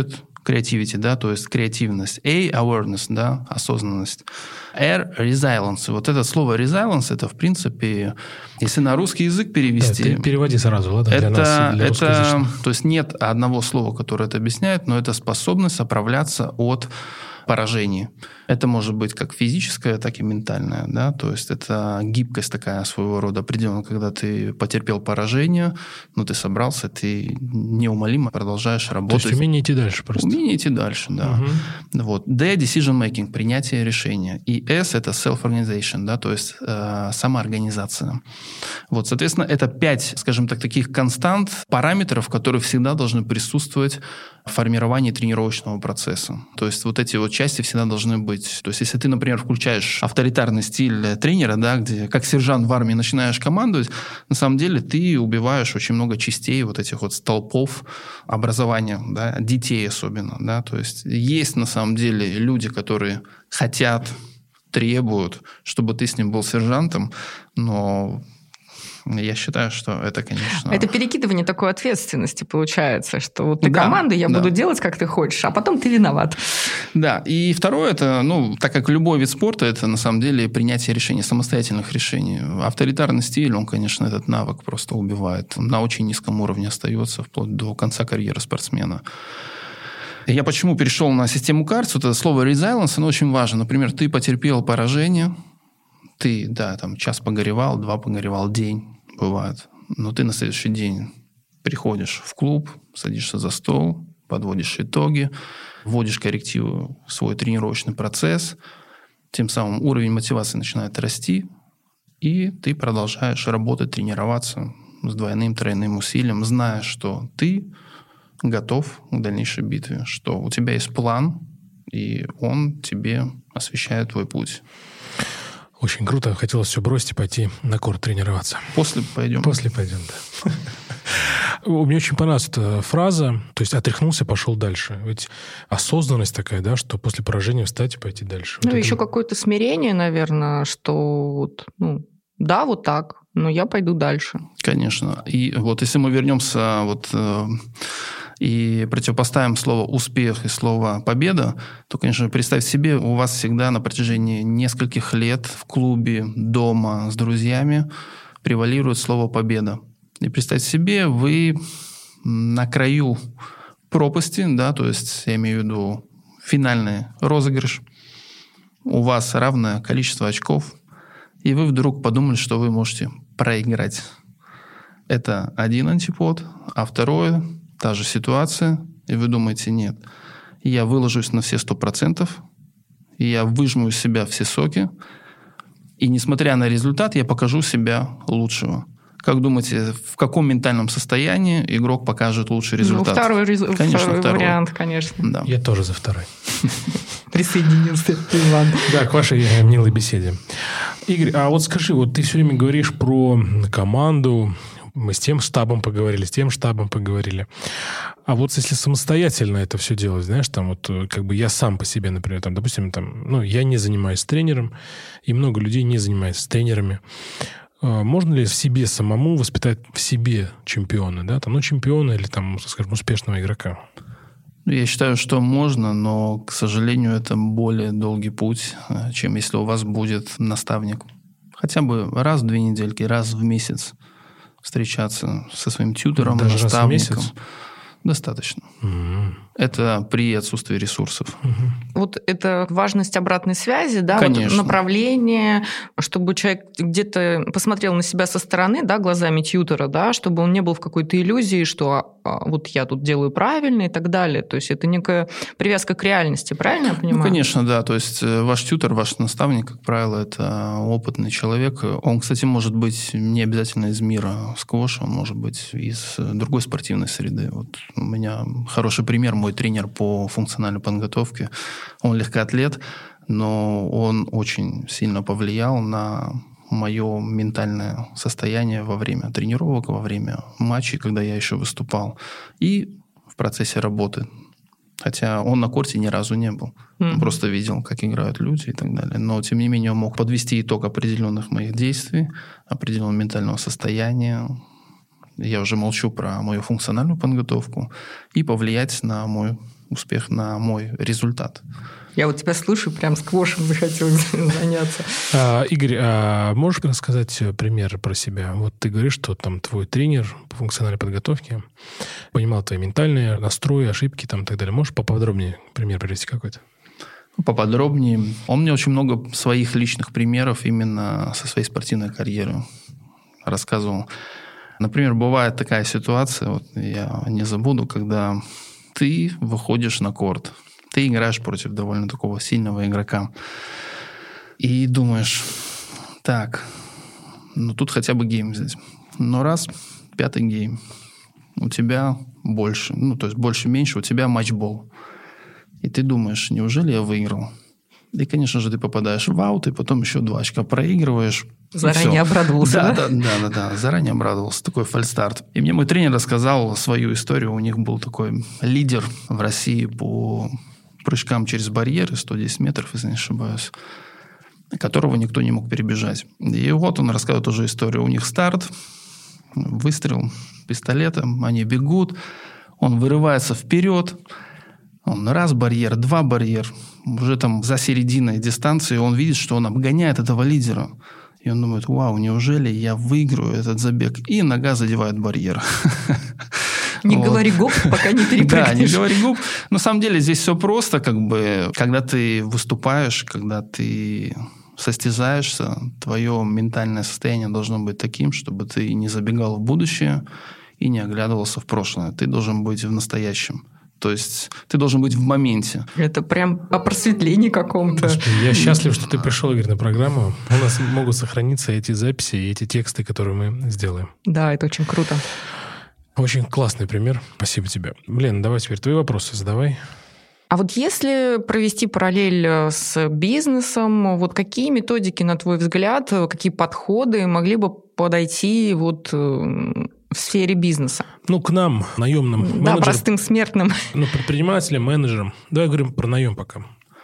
creativity, да, то есть креативность. A – awareness, да, осознанность. R – resilience. Вот это слово resilience, это, в принципе, если на русский язык перевести... Да, переводи сразу, ладно, для это, нас, для это, то есть нет одного слова, которое это объясняет, но это способность оправляться от поражений. Это может быть как физическое, так и ментальное. Да? То есть это гибкость такая своего рода определенная, когда ты потерпел поражение, но ты собрался, ты неумолимо продолжаешь работать. То есть умение идти дальше просто. Умение идти дальше, да. Угу. Вот. D – decision making, принятие решения. И S – это self-organization, да, то есть э, самоорганизация. Вот, соответственно, это пять, скажем так, таких констант, параметров, которые всегда должны присутствовать в формировании тренировочного процесса. То есть вот эти вот части всегда должны быть. То есть если ты, например, включаешь авторитарный стиль тренера, да, где как сержант в армии начинаешь командовать, на самом деле ты убиваешь очень много частей вот этих вот столпов образования, да, детей особенно. Да. То есть есть на самом деле люди, которые хотят, требуют, чтобы ты с ним был сержантом, но... Я считаю, что это, конечно... Это перекидывание такой ответственности получается, что вот ты да, команда, я да. буду делать, как ты хочешь, а потом ты виноват. Да, и второе, это, ну, так как любой вид спорта, это на самом деле принятие решений, самостоятельных решений. Авторитарный стиль, он, конечно, этот навык просто убивает. На очень низком уровне остается вплоть до конца карьеры спортсмена. Я почему перешел на систему Карц? Вот это слово resilience, оно очень важно. Например, ты потерпел поражение, ты, да, там, час погоревал, два погоревал, день. Бывает. Но ты на следующий день приходишь в клуб, садишься за стол, подводишь итоги, вводишь коррективы в свой тренировочный процесс, тем самым уровень мотивации начинает расти, и ты продолжаешь работать, тренироваться с двойным, тройным усилием, зная, что ты готов к дальнейшей битве, что у тебя есть план, и он тебе освещает твой путь. Очень круто. Хотелось все бросить и пойти на корт тренироваться. После пойдем. После пойдем, да. Мне очень понравилась эта фраза, то есть отряхнулся, пошел дальше. Ведь осознанность такая, да, что после поражения встать и пойти дальше. Ну, вот еще это... какое-то смирение, наверное, что вот, ну, да, вот так, но я пойду дальше. Конечно. И вот если мы вернемся вот... и противопоставим слово «успех» и слово «победа», то, конечно, представь себе, у вас всегда на протяжении нескольких лет в клубе, дома, с друзьями превалирует слово «победа». И представь себе, вы на краю пропасти, да, то есть я имею в виду финальный розыгрыш, у вас равное количество очков, и вы вдруг подумали, что вы можете проиграть. Это один антипод, а второе – та же ситуация, и вы думаете, нет, я выложусь на все сто процентов, я выжму из себя все соки, и несмотря на результат, я покажу себя лучшего. Как думаете, в каком ментальном состоянии игрок покажет лучший результат? Ну, второй, рез... конечно, второй, второй вариант, конечно. Да. Я тоже за второй. Присоединился, Иван. Да, к вашей милой беседе. Игорь, а вот скажи, вот ты все время говоришь про команду, мы с тем штабом поговорили, с тем штабом поговорили. А вот если самостоятельно это все делать, знаешь, там вот как бы я сам по себе, например, там, допустим, там, ну, я не занимаюсь тренером, и много людей не занимаются тренерами. Можно ли в себе самому воспитать в себе чемпиона, да, там, ну, чемпиона или там, скажем, успешного игрока? Я считаю, что можно, но, к сожалению, это более долгий путь, чем если у вас будет наставник. Хотя бы раз в две недельки, раз в месяц встречаться со своим тьютором, даже наставником. Раз в месяц? Достаточно. Mm-hmm. Это при отсутствии ресурсов. Mm-hmm. Вот это важность обратной связи, да, Конечно. Вот направление, чтобы человек где-то посмотрел на себя со стороны, да, глазами тьютора, да, чтобы он не был в какой-то иллюзии, что а, а, вот я тут делаю правильно и так далее. То есть это некая привязка к реальности, правильно я понимаю? Ну, конечно, да. То есть ваш тьютор, ваш наставник, как правило, это опытный человек. Он, кстати, может быть не обязательно из мира сквоша, он может быть из другой спортивной среды. Вот у меня хороший пример, мой тренер по функциональной подготовке. Он легкоатлет, но он очень сильно повлиял на мое ментальное состояние во время тренировок, во время матчей, когда я еще выступал, и в процессе работы. Хотя он на корте ни разу не был. Mm-hmm. Он просто видел, как играют люди и так далее. Но, тем не менее, он мог подвести итог определенных моих действий, определенного ментального состояния. Я уже молчу про мою функциональную подготовку и повлиять на мой успех на мой результат. Я вот тебя слушаю, прям сквошем захотелось заняться. А, Игорь, а можешь рассказать пример про себя? Вот ты говоришь, что там твой тренер по функциональной подготовке понимал твои ментальные настрои, ошибки там, и так далее. Можешь поподробнее пример привести какой-то? Поподробнее. Он мне очень много своих личных примеров именно со своей спортивной карьеры рассказывал. Например, бывает такая ситуация, вот я не забуду, когда ты выходишь на корт, ты играешь против довольно такого сильного игрока и думаешь, так, ну тут хотя бы гейм взять. Но раз, пятый гейм, у тебя больше, ну то есть больше-меньше, у тебя матчбол. И ты думаешь, неужели я выиграл? И, конечно же, ты попадаешь в аут, и потом еще два очка проигрываешь. Заранее обрадовался, да? Да, да, да, да, да, заранее обрадовался. Такой фальстарт. И мне мой тренер рассказал свою историю. У них был такой лидер в России по прыжкам через барьеры, сто десять метров, если не ошибаюсь, которого никто не мог перебежать. И вот он рассказывает тоже историю. У них старт, выстрел пистолетом, они бегут, он вырывается вперед, он раз барьер, два барьер, уже там за серединой дистанции он видит, что он обгоняет этого лидера. И он думает, вау, неужели я выиграю этот забег? И нога задевает барьер. Не вот. Говори гоп, пока не перепрыгнешь. Да, не говори гоп. На самом деле здесь все просто, как бы, когда ты выступаешь, когда ты состязаешься, твое ментальное состояние должно быть таким, чтобы ты не забегал в будущее и не оглядывался в прошлое. Ты должен быть в настоящем. То есть ты должен быть в моменте. Это прям о просветлении каком-то. Я счастлив, что ты пришел, Игорь, на программу. У нас могут сохраниться эти записи и эти тексты, которые мы сделаем. Да, это очень круто. Очень классный пример. Спасибо тебе. Лен, давай теперь твои вопросы задавай. А вот если провести параллель с бизнесом, вот какие методики, на твой взгляд, какие подходы могли бы подойти вот в сфере бизнеса? Ну, к нам, наемным да, менеджерам. Да, простым смертным. Ну, предпринимателям, менеджерам. Давай говорим про наем пока.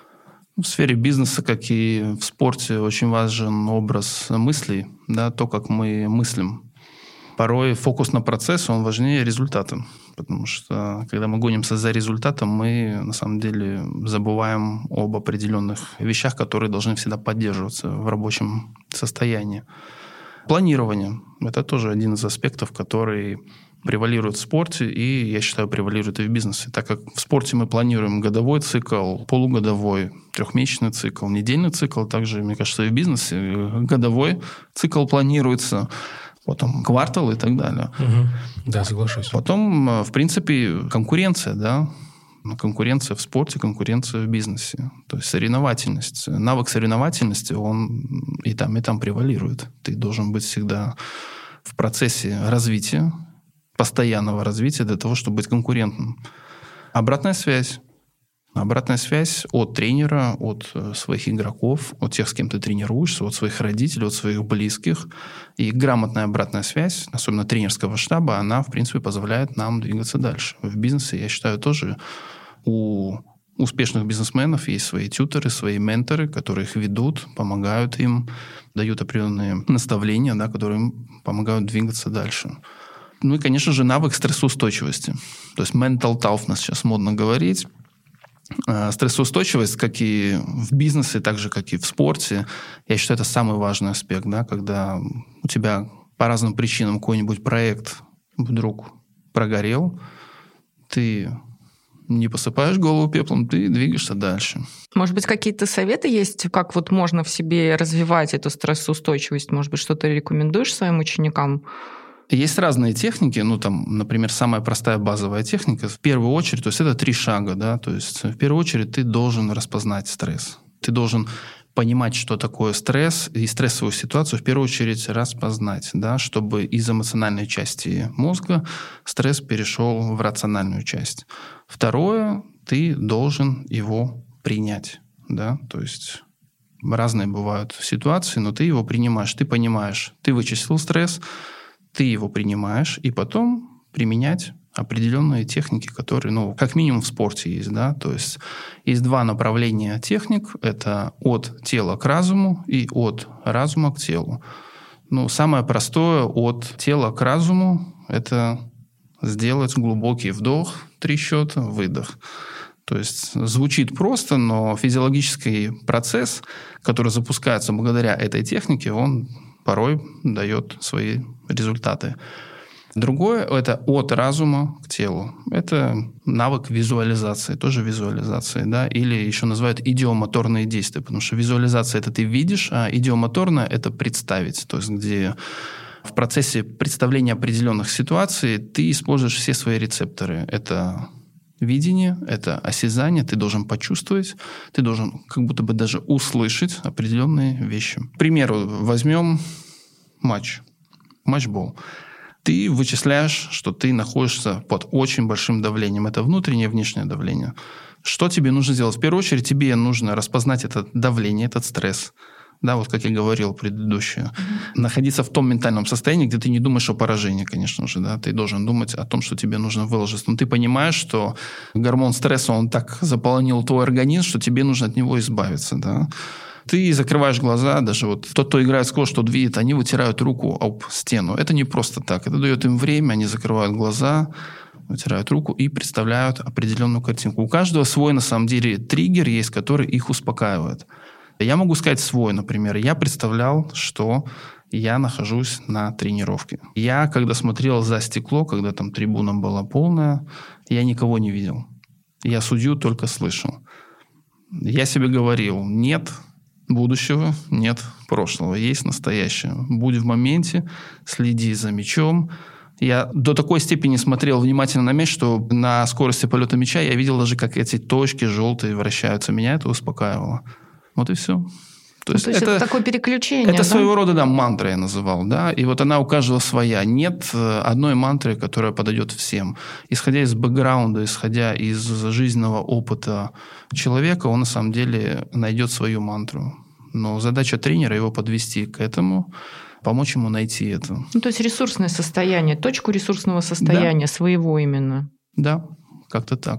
В сфере бизнеса, как и в спорте, очень важен образ мыслей, да, то, как мы мыслим. Порой фокус на процесс, он важнее результата. Потому что, когда мы гонимся за результатом, мы, на самом деле, забываем об определенных вещах, которые должны всегда поддерживаться в рабочем состоянии. Планирование – это тоже один из аспектов, который превалирует в спорте и, я считаю, превалирует и в бизнесе. Так как в спорте мы планируем годовой цикл, полугодовой, трехмесячный цикл, недельный цикл, также, мне кажется, и в бизнесе годовой цикл планируется, потом квартал и так далее. Угу. Да, соглашусь. Потом, в принципе, конкуренция, да, конкуренция в спорте, конкуренция в бизнесе. То есть соревновательность. Навык соревновательности, он и там, и там превалирует. Ты должен быть всегда в процессе развития, постоянного развития для того, чтобы быть конкурентным. Обратная связь. Обратная связь от тренера, от своих игроков, от тех, с кем ты тренируешься, от своих родителей, от своих близких. И грамотная обратная связь, особенно тренерского штаба, она, в принципе, позволяет нам двигаться дальше. В бизнесе, я считаю, тоже у успешных бизнесменов есть свои тьюторы, свои менторы, которые их ведут, помогают им, дают определенные наставления, да, которые им помогают двигаться дальше. Ну и, конечно же, навык стрессоустойчивости. То есть mental toughness сейчас модно говорить. Стрессоустойчивость, как и в бизнесе, так же, как и в спорте, я считаю, это самый важный аспект, да, когда у тебя по разным причинам какой-нибудь проект вдруг прогорел, ты не посыпаешь голову пеплом, ты двигаешься дальше. Может быть, какие-то советы есть, как вот можно в себе развивать эту стрессоустойчивость? Может быть, что-то рекомендуешь своим ученикам? Есть разные техники, ну, там, например, самая простая базовая техника. В первую очередь, то есть это три шага, да, то есть в первую очередь ты должен распознать стресс. Ты должен понимать, что такое стресс, и стрессовую ситуацию в первую очередь распознать, да, чтобы из эмоциональной части мозга стресс перешел в рациональную часть. Второе, ты должен его принять, да, то есть разные бывают ситуации, но ты его принимаешь, ты понимаешь, ты вычислил стресс, ты его принимаешь, и потом применять определенные техники, которые, ну, как минимум в спорте есть, да, то есть есть два направления техник, это от тела к разуму и от разума к телу. Ну, самое простое от тела к разуму – это сделать глубокий вдох, три счета, выдох. То есть звучит просто, но физиологический процесс, который запускается благодаря этой технике, он порой дает свои результаты. Другое – это от разума к телу. Это навык визуализации, тоже визуализации, да, или еще называют идеомоторные действия, потому что визуализация – это ты видишь, а идеомоторная – это представить, то есть где в процессе представления определенных ситуаций ты используешь все свои рецепторы. Это видение, это осязание, ты должен почувствовать, ты должен как будто бы даже услышать определенные вещи. К примеру, возьмем матч, матчбол. Ты вычисляешь, что ты находишься под очень большим давлением. Это внутреннее и внешнее давление. Что тебе нужно сделать? В первую очередь тебе нужно распознать это давление, этот стресс. Да, вот как я говорил предыдущее. Mm-hmm. Находиться в том ментальном состоянии, где ты не думаешь о поражении, конечно же. Да? Ты должен думать о том, что тебе нужно выложиться. Но ты понимаешь, что гормон стресса, он так заполонил твой организм, что тебе нужно от него избавиться. Да? Ты закрываешь глаза, даже вот тот, кто играет в сквош, тот видит, они вытирают руку об стену. Это не просто так. Это дает им время, они закрывают глаза, вытирают руку и представляют определенную картинку. У каждого свой, на самом деле, триггер есть, который их успокаивает. Я могу сказать свой, например. Я представлял, что я нахожусь на тренировке. Я, когда смотрел за стекло, когда там трибуна была полная, я никого не видел. Я судью только слышал. Я себе говорил, нет будущего, нет прошлого, есть настоящее. Будь в моменте, следи за мячом. Я до такой степени смотрел внимательно на мяч, что на скорости полета мяча я видел даже, как эти точки желтые вращаются. Меня это успокаивало. Вот и все. То есть, ну, то есть это, это такое переключение, это да? своего рода, да, мантра я называл, да, и вот она у каждого своя. Нет одной мантры, которая подойдет всем. Исходя из бэкграунда, исходя из жизненного опыта человека, он на самом деле найдет свою мантру. Но задача тренера его подвести к этому, помочь ему найти это. Ну, то есть ресурсное состояние, точку ресурсного состояния, да. Своего именно. Да, как-то так.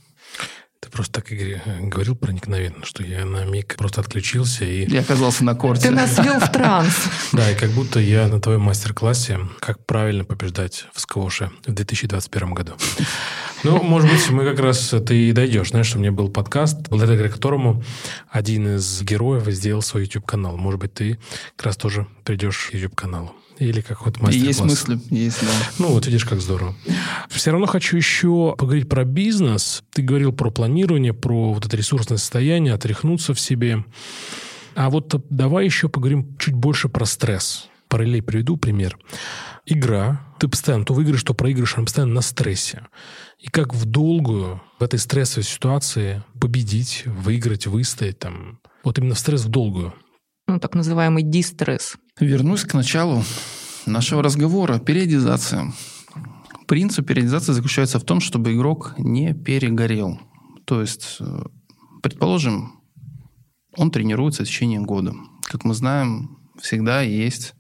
Ты просто так и говорил проникновенно, что я на миг просто отключился. И... Я оказался на корте. Ты нас ввел в транс. Да, и как будто я на твоем мастер-классе «Как правильно побеждать в сквоше» в две тысячи двадцать первом году. Ну, может быть, мы как раз... Ты дойдешь. Знаешь, у меня был подкаст, благодаря которому один из героев сделал свой YouTube-канал. Может быть, ты как раз тоже придешь к YouTube-каналу. Или какой-то мастер-класс. Есть мысли, есть, да. Ну, вот видишь, как здорово. Все равно хочу еще поговорить про бизнес. Ты говорил про планирование, про вот это ресурсное состояние, отряхнуться в себе. А вот давай еще поговорим чуть больше про стресс. Параллель приведу пример. Игра. Ты постоянно то выиграешь, то проигрываешь, а постоянно на стрессе. И как в долгую в этой стрессовой ситуации победить, выиграть, выстоять там. Вот именно в стресс в долгую. Ну, так называемый дистресс. Вернусь к началу нашего разговора. Периодизация. Принцип периодизации заключается в том, чтобы игрок не перегорел. То есть, предположим, он тренируется в течение года. Как мы знаем, всегда есть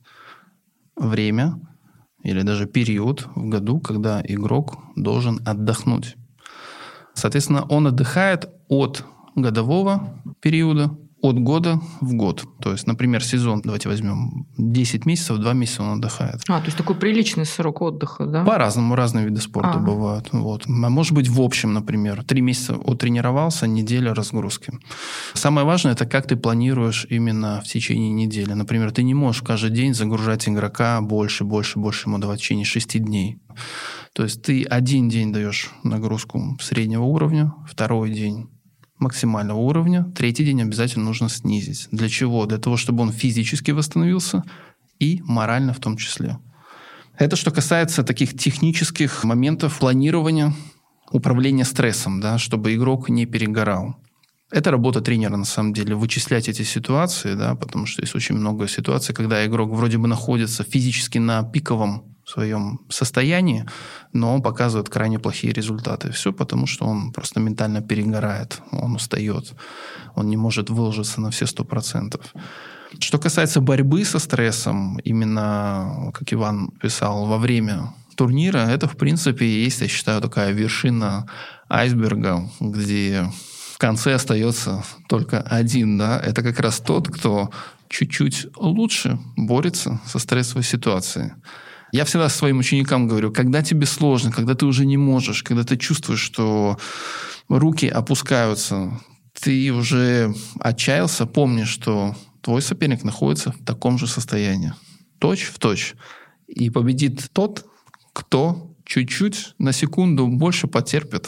время или даже период в году, когда игрок должен отдохнуть. Соответственно, он отдыхает от годового периода, от года в год. То есть, например, сезон, давайте возьмем десять месяцев, два месяца он отдыхает. А, то есть такой приличный срок отдыха, да? По-разному, разные виды спорта а. бывают. Вот. Может быть, в общем, например, три месяца оттренировался, неделя разгрузки. Самое важное – это как ты планируешь именно в течение недели. Например, ты не можешь каждый день загружать игрока больше, больше, больше ему давать в течение шести дней. То есть ты один день даешь нагрузку среднего уровня, второй день максимального уровня, третий день обязательно нужно снизить. Для чего? Для того, чтобы он физически восстановился и морально в том числе. Это что касается таких технических моментов планирования, управления стрессом, да, чтобы игрок не перегорал. Это работа тренера, на самом деле, вычислять эти ситуации, да, потому что есть очень много ситуаций, когда игрок вроде бы находится физически на пиковом в своем состоянии, но он показывает крайне плохие результаты. Все потому, что он просто ментально перегорает, он устает, он не может выложиться на все сто процентов. Что касается борьбы со стрессом, именно, как Иван писал, во время турнира, это, в принципе, есть, я считаю, такая вершина айсберга, где в конце остается только один, да, это как раз тот, кто чуть-чуть лучше борется со стрессовой ситуацией. Я всегда своим ученикам говорю, когда тебе сложно, когда ты уже не можешь, когда ты чувствуешь, что руки опускаются, ты уже отчаялся, помни, что твой соперник находится в таком же состоянии. Точь в точь. И победит тот, кто чуть-чуть на секунду больше потерпит.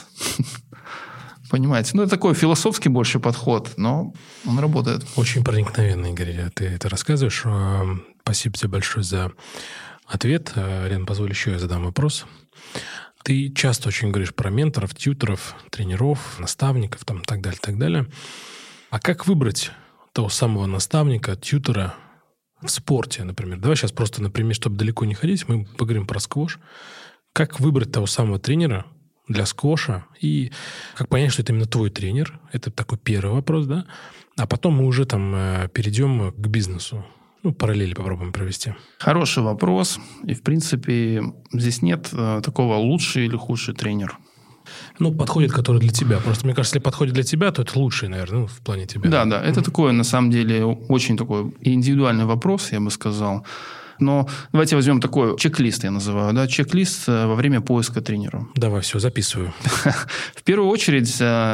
Понимаете? Ну, это такой философский больше подход, но он работает. Очень проникновенно, Игорь, ты это рассказываешь. Спасибо тебе большое за ответ. Лен, позволь еще я задам вопрос. Ты часто очень говоришь про менторов, тьюторов, тренеров, наставников, там, так далее, так далее. А как выбрать того самого наставника, тьютора в спорте, например? Давай сейчас просто, например, чтобы далеко не ходить, мы поговорим про сквош. Как выбрать того самого тренера для сквоша и как понять, что это именно твой тренер? Это такой первый вопрос, да? А потом мы уже там перейдем к бизнесу. Ну, параллели попробуем провести. Хороший вопрос. И, в принципе, здесь нет э, такого лучший или худший тренер. Ну, подходит, который для тебя. Просто, мне кажется, если подходит для тебя, то это лучший, наверное, ну, в плане тебя. Да, да. Это mm-hmm. такой, на самом деле, очень такой индивидуальный вопрос, я бы сказал. Но давайте возьмем такой чек-лист, я называю, да, чек-лист во время поиска тренера. Давай, все, записываю. В первую очередь,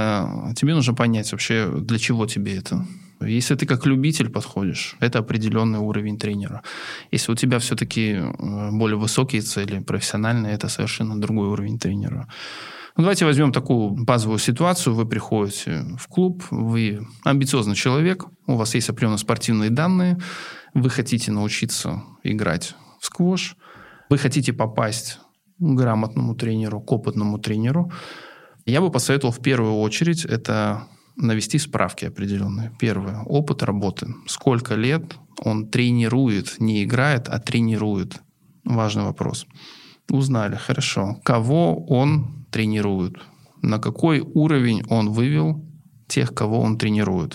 тебе нужно понять вообще, для чего тебе это. Если ты как любитель подходишь, это определенный уровень тренера. Если у тебя все-таки более высокие цели, профессиональные, это совершенно другой уровень тренера. Ну, давайте возьмем такую базовую ситуацию. Вы приходите в клуб, вы амбициозный человек, у вас есть определенные спортивные данные, вы хотите научиться играть в сквош, вы хотите попасть к грамотному тренеру, к опытному тренеру. Я бы посоветовал в первую очередь это навести справки определенные. Первое. Опыт работы. Сколько лет он тренирует, не играет, а тренирует. Важный вопрос. Узнали, хорошо. Кого он тренирует? На какой уровень он вывел тех, кого он тренирует?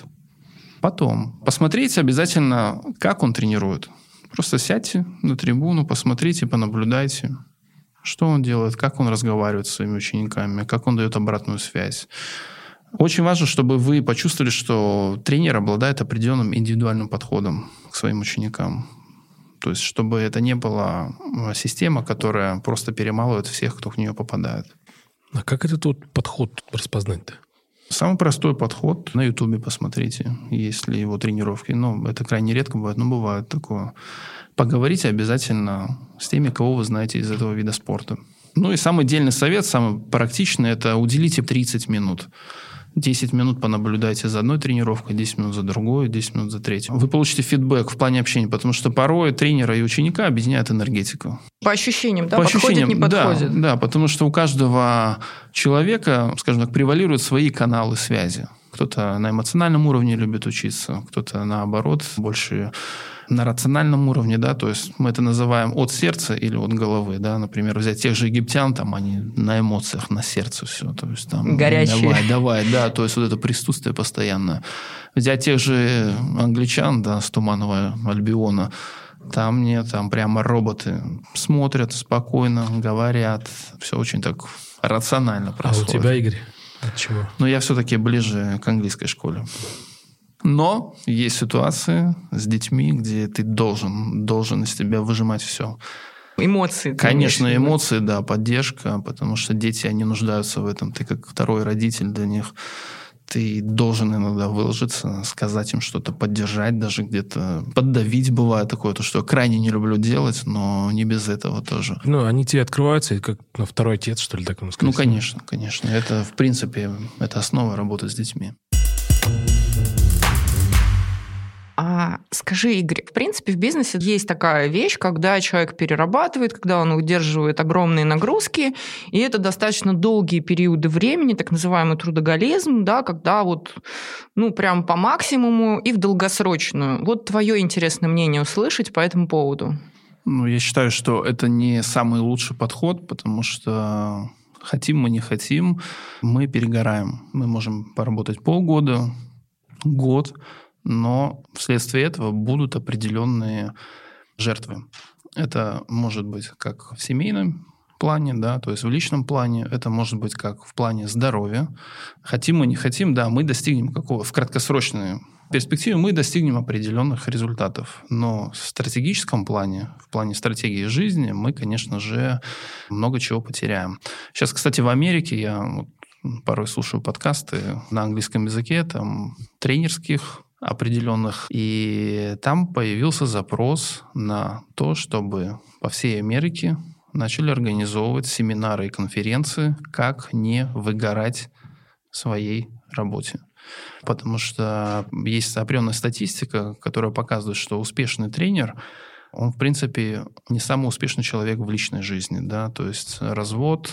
Потом посмотрите обязательно, как он тренирует. Просто сядьте на трибуну, посмотрите, понаблюдайте, что он делает, как он разговаривает с своими учениками, как он дает обратную связь. Очень важно, чтобы вы почувствовали, что тренер обладает определенным индивидуальным подходом к своим ученикам. То есть, чтобы это не была система, которая просто перемалывает всех, кто в нее попадает. А как этот вот подход распознать-то? Самый простой подход. На Ютубе посмотрите, есть ли его тренировки. Ну, это крайне редко бывает, но бывает такое. Поговорите обязательно с теми, кого вы знаете из этого вида спорта. Ну и самый дельный совет, самый практичный, это уделите тридцать минут. десять минут понаблюдайте за одной тренировкой, десять минут за другой, десять минут за третью. Вы получите фидбэк в плане общения, потому что порой тренера и ученика объединяет энергетика. По ощущениям, да? По Подходит, ощущениям, не подходит. Да, да, потому что у каждого человека, скажем так, превалируют свои каналы связи. Кто-то на эмоциональном уровне любит учиться, кто-то, наоборот, больше на рациональном уровне, да, то есть мы это называем от сердца или от головы, да, например, взять тех же египтян, там они на эмоциях, на сердце все, то есть там горячие. Давай, давай, да, то есть вот это присутствие постоянное. Взять тех же англичан, да, с Туманного Альбиона, там нет, там прямо роботы смотрят спокойно, говорят, все очень так рационально происходит. А у тебя, Игорь, от чего? Но я все-таки ближе к английской школе. Но есть ситуации с детьми, где ты должен, должен из себя выжимать все. Эмоции. Конечно, эмоции, да, поддержка, потому что дети, они нуждаются в этом. Ты как второй родитель для них. Ты должен иногда выложиться, сказать им что-то, поддержать, даже где-то поддавить. Бывает такое, то, что я крайне не люблю делать, но не без этого тоже. Ну, они тебе открываются, как на второй отец, что ли, так можно сказать? Ну, конечно, конечно. Это, в принципе, это основа работы с детьми. А скажи, Игорь, в принципе, в бизнесе есть такая вещь, когда человек перерабатывает, когда он удерживает огромные нагрузки, и это достаточно долгие периоды времени, так называемый трудоголизм, да, когда вот, ну, прям по максимуму и в долгосрочную. Вот твое интересное мнение услышать по этому поводу. Ну, я считаю, что это не самый лучший подход, потому что хотим мы, не хотим, мы перегораем. Мы можем поработать полгода, год, но вследствие этого будут определенные жертвы. Это может быть как в семейном плане, да, то есть в личном плане, это может быть как в плане здоровья. Хотим мы, не хотим, да, мы достигнем какого в краткосрочной перспективе мы достигнем определенных результатов. Но в стратегическом плане, в плане стратегии жизни, мы, конечно же, много чего потеряем. Сейчас, кстати, в Америке я порой слушаю подкасты на английском языке, там, тренерских определенных, и там появился запрос на то, чтобы по всей Америке начали организовывать семинары и конференции, как не выгорать в своей работе. Потому что есть определенная статистика, которая показывает, что успешный тренер, он, в принципе, не самый успешный человек в личной жизни. Да? То есть развод,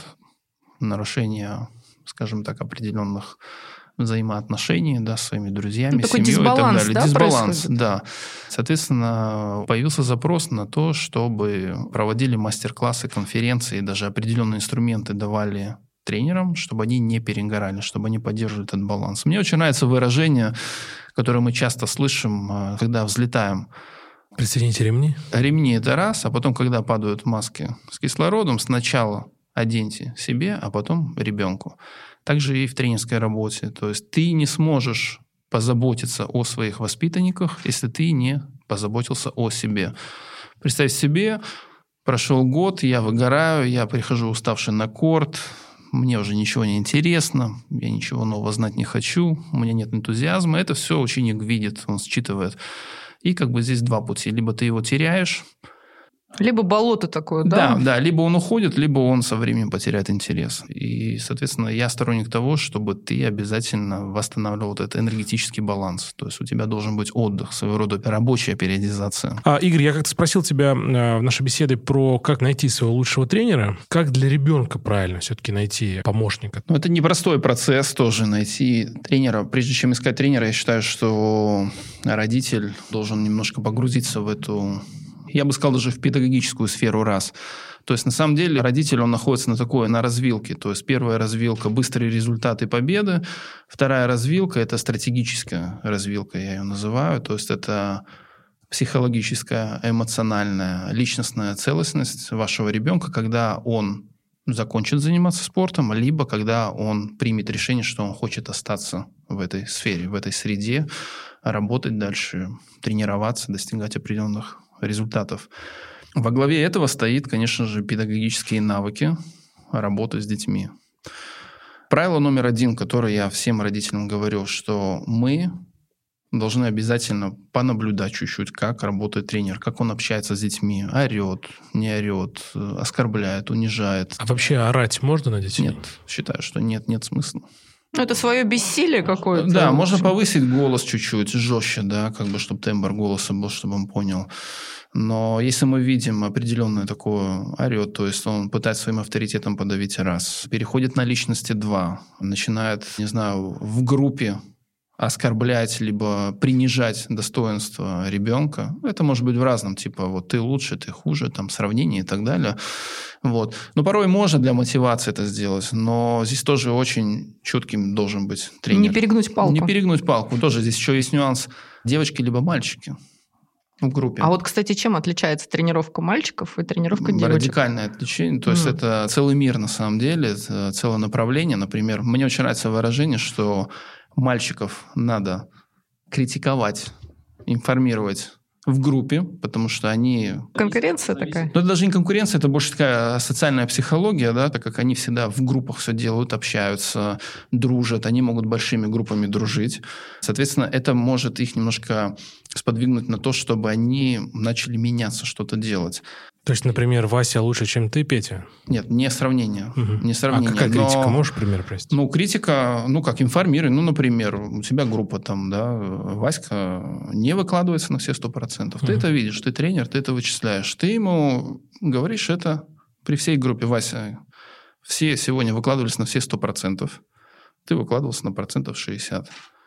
нарушение, скажем так, определенных взаимоотношений, да, с своими друзьями, ну, семьей и так далее. Да, дисбаланс, происходит? Да. Соответственно, появился запрос на то, чтобы проводили мастер-классы, конференции, даже определенные инструменты давали тренерам, чтобы они не перегорали, чтобы они поддерживали этот баланс. Мне очень нравится выражение, которое мы часто слышим, когда взлетаем. Пристегните ремни. Ремни – это раз, а потом, когда падают маски с кислородом, сначала оденьте себе, а потом ребенку. Также и в тренерской работе. То есть ты не сможешь позаботиться о своих воспитанниках, если ты не позаботился о себе. Представь себе, прошел год, я выгораю, я прихожу уставший на корт, мне уже ничего не интересно, я ничего нового знать не хочу, у меня нет энтузиазма. Это все ученик видит, он считывает. И как бы здесь два пути. Либо ты его теряешь. Либо болото такое, да? Да, да, либо он уходит, либо он со временем потеряет интерес. И, соответственно, я сторонник того, чтобы ты обязательно восстанавливал вот этот энергетический баланс. То есть у тебя должен быть отдых, своего рода рабочая периодизация. А, Игорь, я как-то спросил тебя э, в нашей беседе про как найти своего лучшего тренера. Как для ребенка правильно все-таки найти помощника? Ну, это непростой процесс тоже найти тренера. Прежде чем искать тренера, я считаю, что родитель должен немножко погрузиться в эту... Я бы сказал, даже в педагогическую сферу раз. То есть, на самом деле, родитель, он находится на такой, на развилке. То есть, первая развилка – быстрые результаты, победы. Вторая развилка – это стратегическая развилка, я ее называю. То есть, это психологическая, эмоциональная, личностная целостность вашего ребенка, когда он закончит заниматься спортом, либо когда он примет решение, что он хочет остаться в этой сфере, в этой среде, работать дальше, тренироваться, достигать определенных результатов. Во главе этого стоит, конечно же, педагогические навыки работы с детьми. Правило номер один, которое я всем родителям говорю, что мы должны обязательно понаблюдать чуть-чуть, как работает тренер, как он общается с детьми, орет, не орет, оскорбляет, унижает. А вообще орать можно на детей? Нет, считаю, что нет, нет смысла. Это свое бессилие какое-то. Да, можно повысить голос чуть-чуть, жестче, да, как бы, чтобы тембр голоса был, чтобы он понял. Но если мы видим определенное такое орет, то есть он пытается своим авторитетом подавить раз, переходит на личности два, начинает, не знаю, в группе оскорблять, либо принижать достоинство ребенка. Это может быть в разном, типа вот ты лучше, ты хуже, там сравнение и так далее. Вот. Но порой можно для мотивации это сделать, но здесь тоже очень чутким должен быть тренер. Не перегнуть палку. Не перегнуть палку. Тоже здесь еще есть нюанс. Девочки либо мальчики в группе. А вот, кстати, чем отличается тренировка мальчиков и тренировка девочек? Радикальное отличие. То есть mm. это целый мир на самом деле, это целое направление. Например, мне очень нравится выражение, что мальчиков надо критиковать, информировать в группе, потому что они... Конкуренция такая? Ну, это даже не конкуренция, это больше такая социальная психология, да, так как они всегда в группах все делают, общаются, дружат, они могут большими группами дружить. Соответственно, это может их немножко сподвигнуть на то, чтобы они начали меняться, что-то делать. То есть, например, Вася лучше, чем ты, Петя? Нет, не сравнение. Угу. Не сравнение. А какая критика? Но, можешь пример привести? Ну, критика, ну, как информируй. Ну, например, у тебя группа там, да, Васька не выкладывается на все сто процентов. Угу. Ты это видишь, ты тренер, ты это вычисляешь. Ты ему говоришь это при всей группе. Вася, все сегодня выкладывались на все сто процентов. Ты выкладывался на процентов шестьдесят.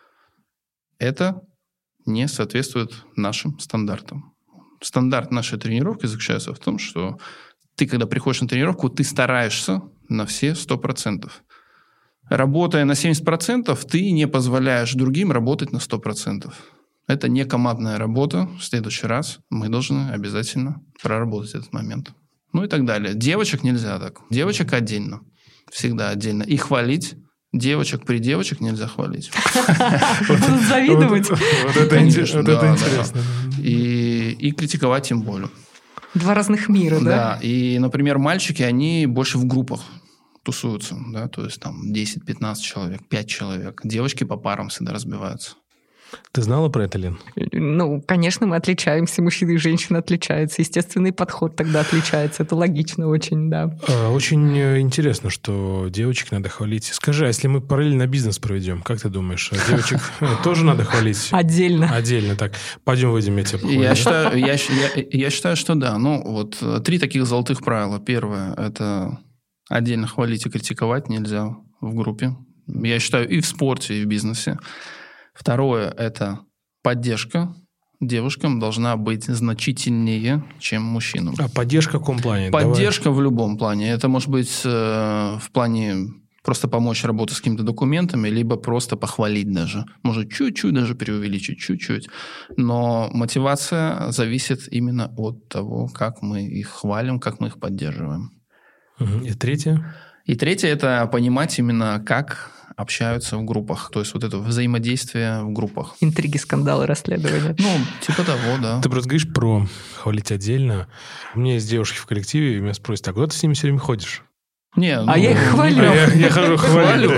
Это не соответствует нашим стандартам. Стандарт нашей тренировки заключается в том, что ты, когда приходишь на тренировку, ты стараешься на все сто процентов. Работая на семьдесят процентов, ты не позволяешь другим работать на сто процентов. Это не командная работа. В следующий раз мы должны обязательно проработать этот момент. Ну и так далее. Девочек нельзя так. Девочек отдельно. Всегда отдельно. И хвалить девочек при девочек нельзя хвалить. Будут завидовать. Вот это интересно. И критиковать тем более. Два разных мира, да? Да. И, например, мальчики, они больше в группах. тусуются, да, то есть там десять-пятнадцать человек, пять человек. Девочки по парам всегда разбиваются. Ты знала про это, Лен? Ну, конечно, мы отличаемся, мужчины и женщины отличаются. Естественный подход тогда отличается. Это логично очень, да. Очень интересно, что девочек надо хвалить. Скажи, а если мы параллельно бизнес проведем, как ты думаешь, девочек тоже надо хвалить? Отдельно. Отдельно, так. Пойдем выйдем, я тебя похвалю. Я считаю, я, я, я считаю, что да. Ну, вот три таких золотых правила. Первое – это отдельно хвалить и критиковать нельзя в группе. Я считаю, и в спорте, и в бизнесе. Второе – это поддержка девушкам должна быть значительнее, чем мужчинам. А поддержка в каком плане? Поддержка Давай. в любом плане. Это может быть э, в плане просто помочь работать с какими-то документами, либо просто похвалить даже. Может, чуть-чуть даже преувеличить, чуть-чуть. Но мотивация зависит именно от того, как мы их хвалим, как мы их поддерживаем. И третье? И третье – это понимать именно, как общаются в группах. То есть вот это взаимодействие в группах. Интриги, скандалы, расследования. Ну, типа того, да. Ты просто говоришь про хвалить отдельно. У меня есть девушки в коллективе, и меня спросят, а куда ты с ними все время ходишь? Не, ну, а я их хвалю. А я, я хожу хвалю.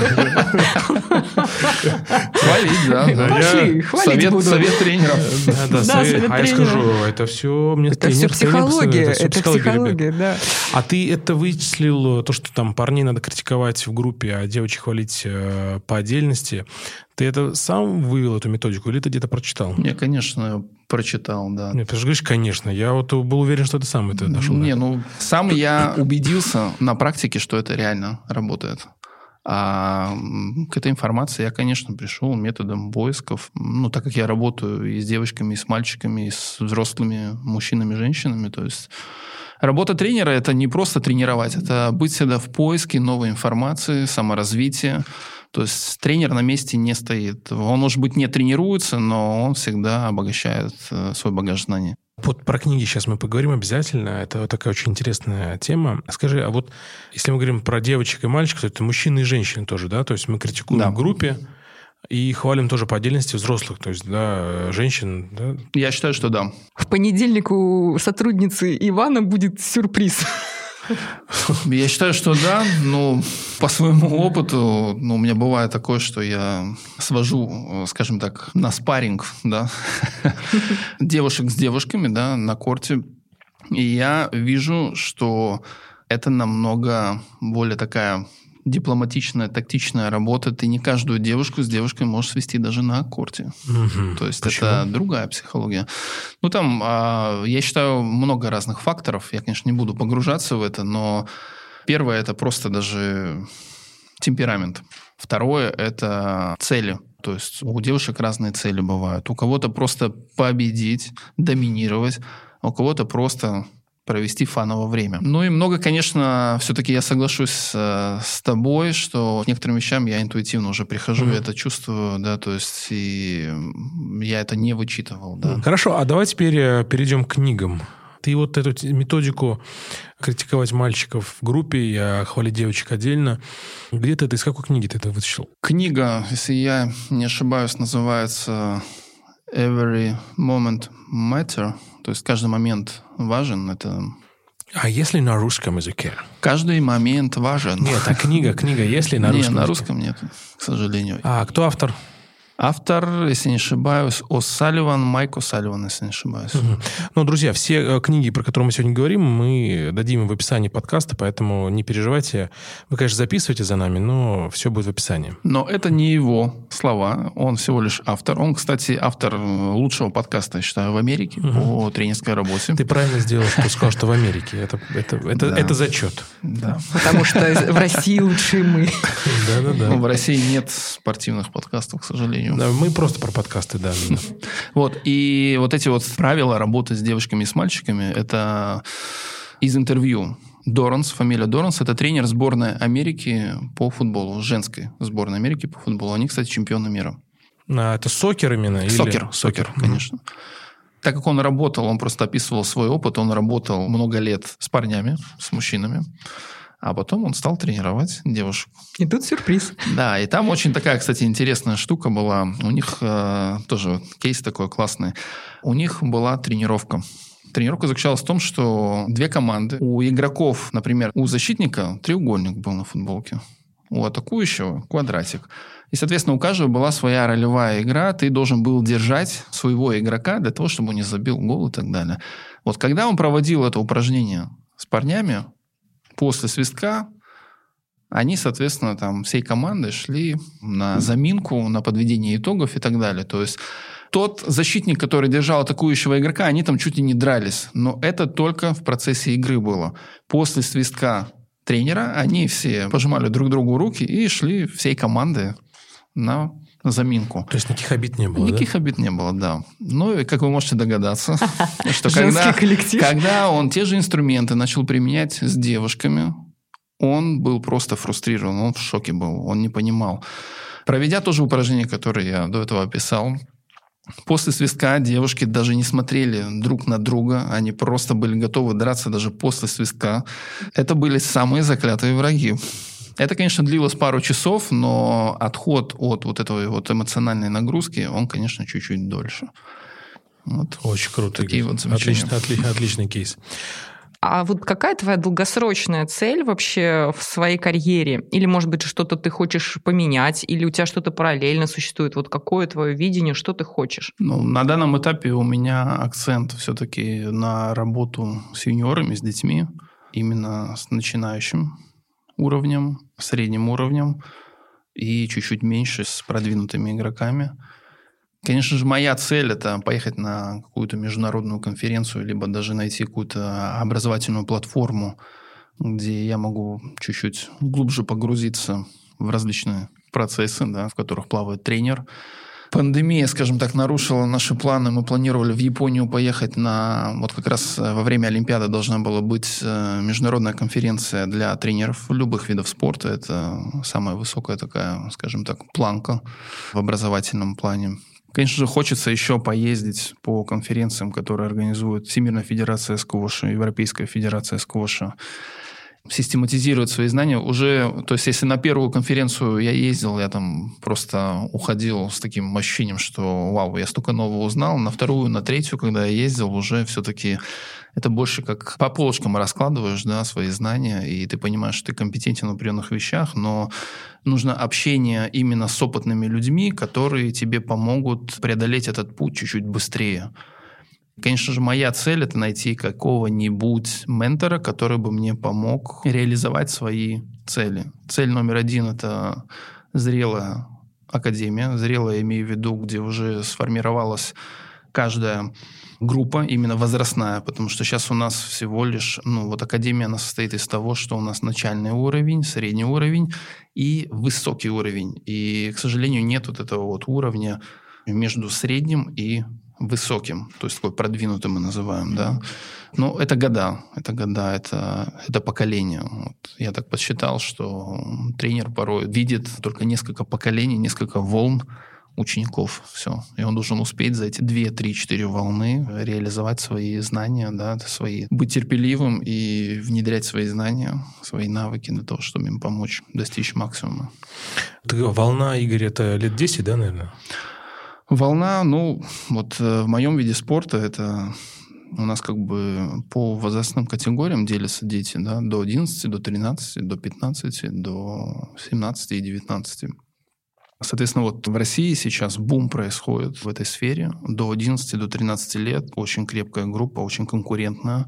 Хвалить, да. да. Пошли, хвалить совет, буду. Совет тренеров. Да, да, Да, совет. совет А я тренера. скажу, это все мне Это все тренер, психология. тренер, Это всё психология, ребят. да. А ты это вычислил, то, что там парней надо критиковать в группе, а девочек хвалить э, по отдельности. Ты это сам вывел, эту методику, или ты где-то прочитал? Не, конечно, прочитал, да. Нет, ты же говоришь, конечно. Я вот был уверен, что ты сам это нашел. Не, да? ну, сам я убедился на практике, что это реально работает. А к этой информации я, конечно, пришел методом поисков. Ну, так как я работаю и с девочками, и с мальчиками, и с взрослыми мужчинами, женщинами, то есть работа тренера – это не просто тренировать, это быть всегда в поиске новой информации, саморазвития. То есть тренер на месте не стоит. Он, может быть, не тренируется, но он всегда обогащает свой багаж знаний. Вот про книги сейчас мы поговорим обязательно. Это такая очень интересная тема. Скажи, а вот если мы говорим про девочек и мальчиков, то это мужчины и женщины тоже, да? То есть мы критикуем да. в группе и хвалим тоже по отдельности взрослых, то есть, да, женщин, да? Я считаю, что да. В понедельник у сотрудницы Ивана будет сюрприз. Я считаю, что да, но по своему опыту, ну, у меня бывает такое, что я свожу, скажем так, на спарринг, да, девушек с девушками, да, на корте, и я вижу, что это намного более такая дипломатичная, тактичная работа. Ты не каждую девушку с девушкой можешь свести даже на корте. Угу. То есть Почему? это другая психология. Ну, там, я считаю, много разных факторов. Я, конечно, не буду погружаться в это, но первое – это просто даже темперамент. Второе – это цели. То есть у девушек разные цели бывают. У кого-то просто победить, доминировать, а у кого-то просто провести фановое время. Ну и много, конечно, все-таки я соглашусь э, с тобой, что к некоторым вещам я интуитивно уже прихожу, mm-hmm. я это чувствую, да, то есть и я это не вычитывал, да. Хорошо, а давай теперь перейдем к книгам. Ты вот эту методику критиковать мальчиков в группе и хвалить девочек отдельно, где ты это, из какой книги ты это вытащил? Книга, если я не ошибаюсь, называется «Every Moment Matter», то есть каждый момент важен. Это... А если на русском языке? Каждый момент важен. Нет, а книга, книга, если на русском языке? Нет, на языке? русском нет, к сожалению. А кто автор? Автор, если не ошибаюсь, О'Салливан, Майк О'Салливан, если не ошибаюсь. Угу. Ну, друзья, все книги, про которые мы сегодня говорим, мы дадим в описании подкаста, поэтому не переживайте. Вы, конечно, записывайте за нами, но все будет в описании. Но это не его слова, он всего лишь автор. Он, кстати, автор лучшего подкаста, я считаю, в Америке угу. по тренерской работе. Ты правильно сделал, что сказал, что в Америке. Это, это, это, да. это зачет. Да. Потому что в России лучшие мы. Да-да-да. В России нет спортивных подкастов, к сожалению. Да, мы просто про подкасты, да. Вот, и вот эти вот правила работы с девушками и с мальчиками, это из интервью. Доранс, фамилия Доранс, это тренер сборной Америки по футболу, женской сборной Америки по футболу. Они, кстати, чемпионы мира. А это сокер именно? Или... Сокер, сокер, конечно. Mm-hmm. Так как он работал, он просто описывал свой опыт, он работал много лет с парнями, с мужчинами. А потом он стал тренировать девушек. И тут сюрприз. Да, и там очень такая, кстати, интересная штука была. У них э, тоже кейс такой классный. У них была тренировка. Тренировка заключалась в том, что две команды. У игроков, например, у защитника треугольник был на футболке, у атакующего квадратик. И, соответственно, у каждого была своя ролевая игра. Ты должен был держать своего игрока для того, чтобы он не забил гол и так далее. Вот когда он проводил это упражнение с парнями, после свистка они, соответственно, там всей командой шли на заминку, на подведение итогов и так далее. То есть тот защитник, который держал атакующего игрока, они там чуть ли не дрались. Но это только в процессе игры было. После свистка тренера они все пожимали друг другу руки и шли всей командой на заминку. То есть никаких обид не было, Никаких да? обид не было, да. Ну, и, как вы можете догадаться, что когда, когда он те же инструменты начал применять с девушками, он был просто фрустрирован, он в шоке был, он не понимал. Проведя то же упражнение, которое я до этого описал, после свистка девушки даже не смотрели друг на друга, они просто были готовы драться даже после свистка. Это были самые заклятые враги. Это, конечно, длилось пару часов, но отход от вот этой вот эмоциональной нагрузки, он, конечно, чуть-чуть дольше. Вот. Очень круто. Такие вот замечания. Отличный, отличный, отличный кейс. А вот какая твоя долгосрочная цель вообще в своей карьере? Или, может быть, что-то ты хочешь поменять, или у тебя что-то параллельно существует? Вот какое твое видение, что ты хочешь? Ну, на данном этапе у меня акцент все-таки на работу с юниорами, с детьми, именно с начинающим уровнем, средним уровнем и чуть-чуть меньше с продвинутыми игроками. Конечно же, моя цель – это поехать на какую-то международную конференцию, либо даже найти какую-то образовательную платформу, где я могу чуть-чуть глубже погрузиться в различные процессы, да, в которых плавает тренер. Пандемия, скажем так, нарушила наши планы. Мы планировали в Японию поехать на... Вот как раз во время Олимпиады должна была быть международная конференция для тренеров любых видов спорта. Это самая высокая такая, скажем так, планка в образовательном плане. Конечно же, хочется еще поездить по конференциям, которые организует Всемирная федерация сквоша, Европейская федерация сквоша, систематизировать свои знания. Уже, то есть, если на первую конференцию я ездил, я там просто уходил с таким ощущением, что вау, я столько нового узнал. На вторую, на третью, когда я ездил, уже все-таки это больше как по полочкам раскладываешь, да, свои знания, и ты понимаешь, что ты компетентен в определенных вещах, но нужно общение именно с опытными людьми, которые тебе помогут преодолеть этот путь чуть-чуть быстрее. Конечно же, моя цель – это найти какого-нибудь ментора, который бы мне помог реализовать свои цели. Цель номер один – это зрелая академия. Зрелая, имею в виду, где уже сформировалась каждая группа, именно возрастная, потому что сейчас у нас всего лишь, ну вот академия, она состоит из того, что у нас начальный уровень, средний уровень и высокий уровень. И, к сожалению, нет вот этого вот уровня между средним и высоким, то есть такой продвинутым мы называем, да. Но это года, это года, это, это поколение. Вот я так подсчитал, что тренер порой видит только несколько поколений, несколько волн учеников, все. И он должен успеть за эти две, три, четыре волны реализовать свои знания, да, свои, быть терпеливым и внедрять свои знания, свои навыки для того, чтобы им помочь достичь максимума. Волна, Игорь, это лет десять, да, наверное? Волна, ну, вот в моем виде спорта это у нас как бы по возрастным категориям делятся дети, да, до одиннадцати, до тринадцати, до пятнадцати, до семнадцати и девятнадцати. Соответственно, вот в России сейчас бум происходит в этой сфере. До одиннадцати, до тринадцати лет очень крепкая группа, очень конкурентная.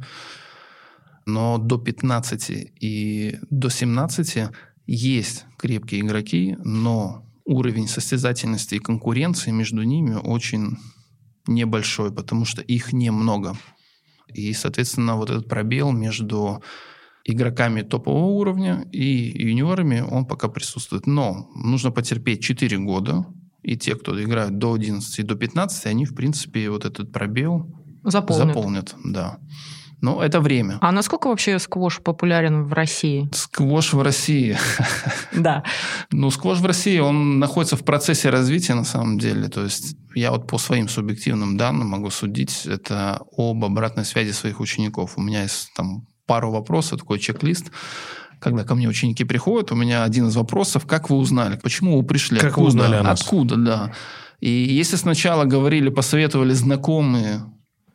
Но до пятнадцати и до семнадцати есть крепкие игроки, но уровень состязательности и конкуренции между ними очень небольшой, потому что их немного. И, соответственно, вот этот пробел между игроками топового уровня и юниорами, он пока присутствует. Но нужно потерпеть четыре года, и те, кто играют до одиннадцати, до пятнадцати, они, в принципе, вот этот пробел заполнят. заполнят. Да. Но это время. А насколько вообще сквош популярен в России? Сквош в России? Да. Ну, сквош в России, он находится в процессе развития, на самом деле. То есть я вот по своим субъективным данным могу судить это об обратной связи своих учеников. У меня есть там пару вопросов, такой чек-лист. Когда ко мне ученики приходят, у меня один из вопросов: как вы узнали? Почему вы пришли? Как Откуда? вы узнали о нас? Откуда, да. И если сначала говорили, посоветовали знакомые,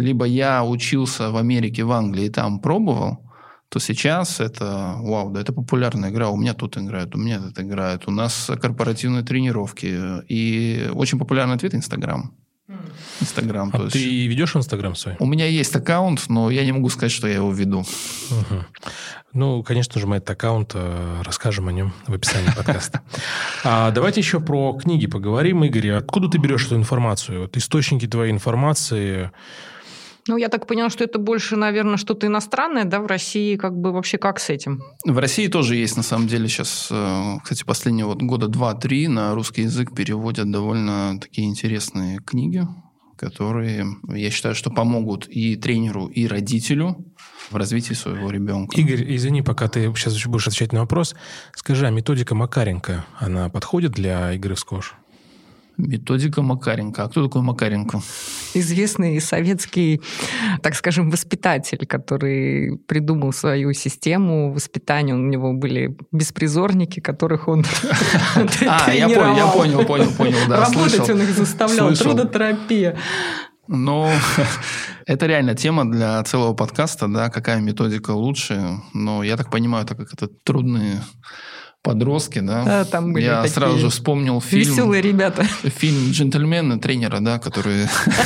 либо я учился в Америке, в Англии, и там пробовал, то сейчас это, вау, да, это популярная игра, у меня тут играют, у меня тут играют, у нас корпоративные тренировки, и очень популярный ответ – Инстаграм. Инстаграм. А то ты есть... ведешь Инстаграм свой? У меня есть аккаунт, но я не могу сказать, что я его веду. Угу. Ну, конечно же, мы этот аккаунт, расскажем о нем в описании подкаста. А давайте еще про книги поговорим. Игорь, откуда ты берешь эту информацию? Вот источники твоей информации... Ну, я так поняла, что это больше, наверное, что-то иностранное, да, в России как бы вообще как с этим? В России тоже есть, на самом деле, сейчас, кстати, последние вот года два-три на русский язык переводят довольно такие интересные книги, которые, я считаю, что помогут и тренеру, и родителю в развитии своего ребенка. Игорь, извини, пока ты сейчас будешь отвечать на вопрос, скажи, а методика Макаренко, она подходит для игры в сквош? Методика Макаренко. А кто такой Макаренко? Известный советский, так скажем, воспитатель, который придумал свою систему воспитания. У него были беспризорники, которых он тренировал. А, я понял, я понял, понял, понял, да, Работать он их заставлял. Трудотерапия. Ну, это реально тема для целого подкаста, да, какая методика лучше. Но я так понимаю, так как это трудные... подростки, да. да там были я сразу же вспомнил фильм... Веселые ребята. Фильм «Джентльмены» тренера, да, который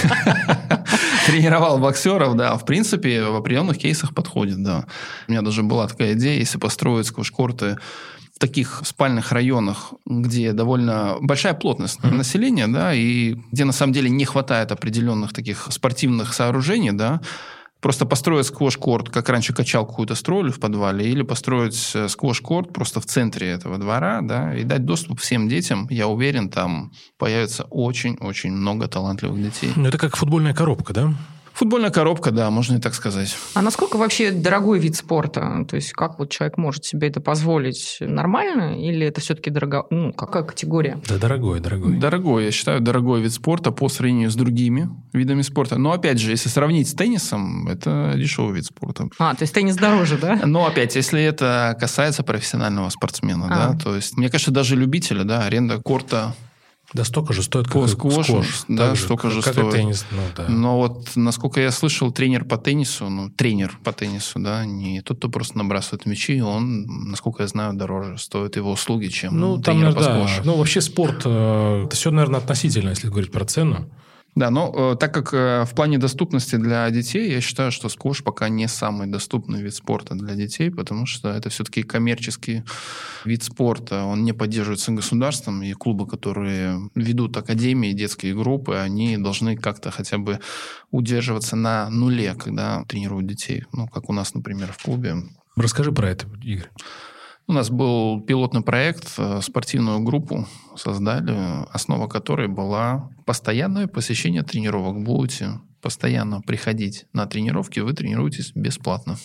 тренировал боксеров, да. В принципе, в определенных кейсах подходит, да. У меня даже была такая идея, если построить сквош-корты в таких спальных районах, где довольно большая плотность mm-hmm. населения, да, и где на самом деле не хватает определенных таких спортивных сооружений, да, просто построить сквош-корт, как раньше качалку какую-то строили в подвале, или построить сквош-корт просто в центре этого двора, да, и дать доступ всем детям, я уверен, там появится очень-очень много талантливых детей. Ну, это как футбольная коробка, да? Футбольная коробка, да, можно и так сказать. А насколько вообще дорогой вид спорта? То есть как вот человек может себе это позволить? Нормально? Или это все-таки дорого? Ну, какая категория? Да, дорогой, дорогой. Дорогой, я считаю, дорогой вид спорта по сравнению с другими видами спорта. Но, опять же, если сравнить с теннисом, это дешевый вид спорта. А, то есть теннис дороже, да? Но, опять, если это касается профессионального спортсмена, а. да, то есть, мне кажется, даже любителя, да, аренда корта... Да столько же стоит, по как сквош, сквош. Да, же, столько же как стоит. И теннис, ну, да. Но вот, насколько я слышал, тренер по теннису, ну, тренер по теннису, да, не тот, кто просто набрасывает мячи, он, насколько я знаю, дороже стоит его услуги, чем ну, тренер там, по да. сквошу. Ну, вообще спорт, это все, наверное, относительно, если говорить про цену. Да, но э, так как э, в плане доступности для детей, я считаю, что сквош пока не самый доступный вид спорта для детей, потому что это все-таки коммерческий вид спорта. Он не поддерживается государством, и клубы, которые ведут академии, детские группы, они должны как-то хотя бы удерживаться на нуле, когда тренируют детей. Ну, как у нас, например, в клубе. Расскажи про это, Игорь. У нас был пилотный проект, спортивную группу создали, основа которой была постоянное посещение тренировок. Будете постоянно приходить на тренировки, вы тренируетесь бесплатно.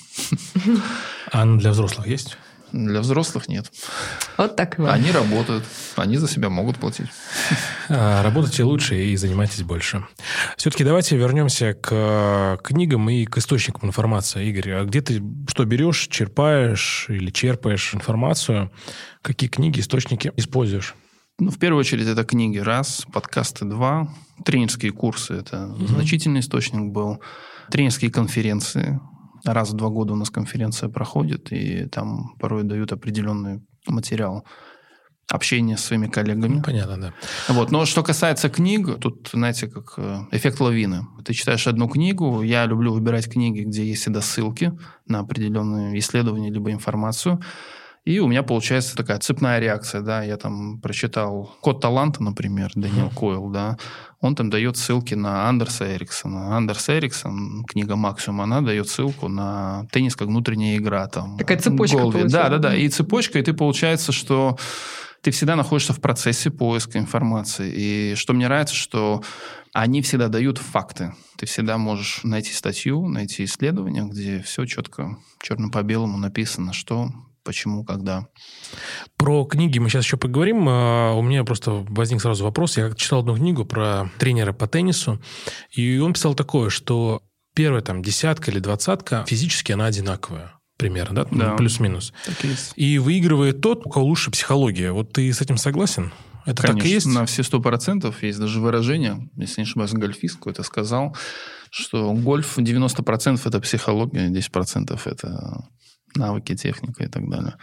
А для взрослых есть? Для взрослых нет. Вот так вот. Они работают, они за себя могут платить. Работайте лучше и занимайтесь больше. Все-таки давайте вернемся к книгам и к источникам информации. Игорь, а где ты что берешь, черпаешь или черпаешь информацию? Какие книги, источники используешь? Ну, в первую очередь, это книги, раз, подкасты, два, тренерские курсы, это угу. значительный источник был, тренерские конференции. Раз в два года у нас конференция проходит, и там порой дают определенный материал общения с своими коллегами. Ну, понятно, да. Вот. Но что касается книг, тут, знаете, как эффект лавины. Ты читаешь одну книгу, я люблю выбирать книги, где есть всегда ссылки на определенные исследования либо информацию, и у меня получается такая цепная реакция, да, я там прочитал «Код таланта», например, Дэниел mm-hmm. Койл, да, он там дает ссылки на Андерса Эриксона. Андерс Эриксон, книга «Максимум», она дает ссылку на «Теннис как внутренняя игра». Там, такая цепочка получается. Да, да, да, и цепочка, и ты, получается, что ты всегда находишься в процессе поиска информации. И что мне нравится, что они всегда дают факты. Ты всегда можешь найти статью, найти исследование, где все четко, черным по белому написано, что... Почему, когда? Про книги мы сейчас еще поговорим. У меня просто возник сразу вопрос. Я читал одну книгу про тренера по теннису, и он писал такое, что первая там десятка или двадцатка физически она одинаковая. Примерно, да? Да. Плюс-минус. И выигрывает тот, у кого лучше психология. Вот ты с этим согласен? Это Конечно, так и есть? На все сто процентов. Есть даже выражение, если не ошибаюсь, гольфист какой-то сказал, что гольф девяносто процентов это психология, десять процентов это навыки, техника и так далее.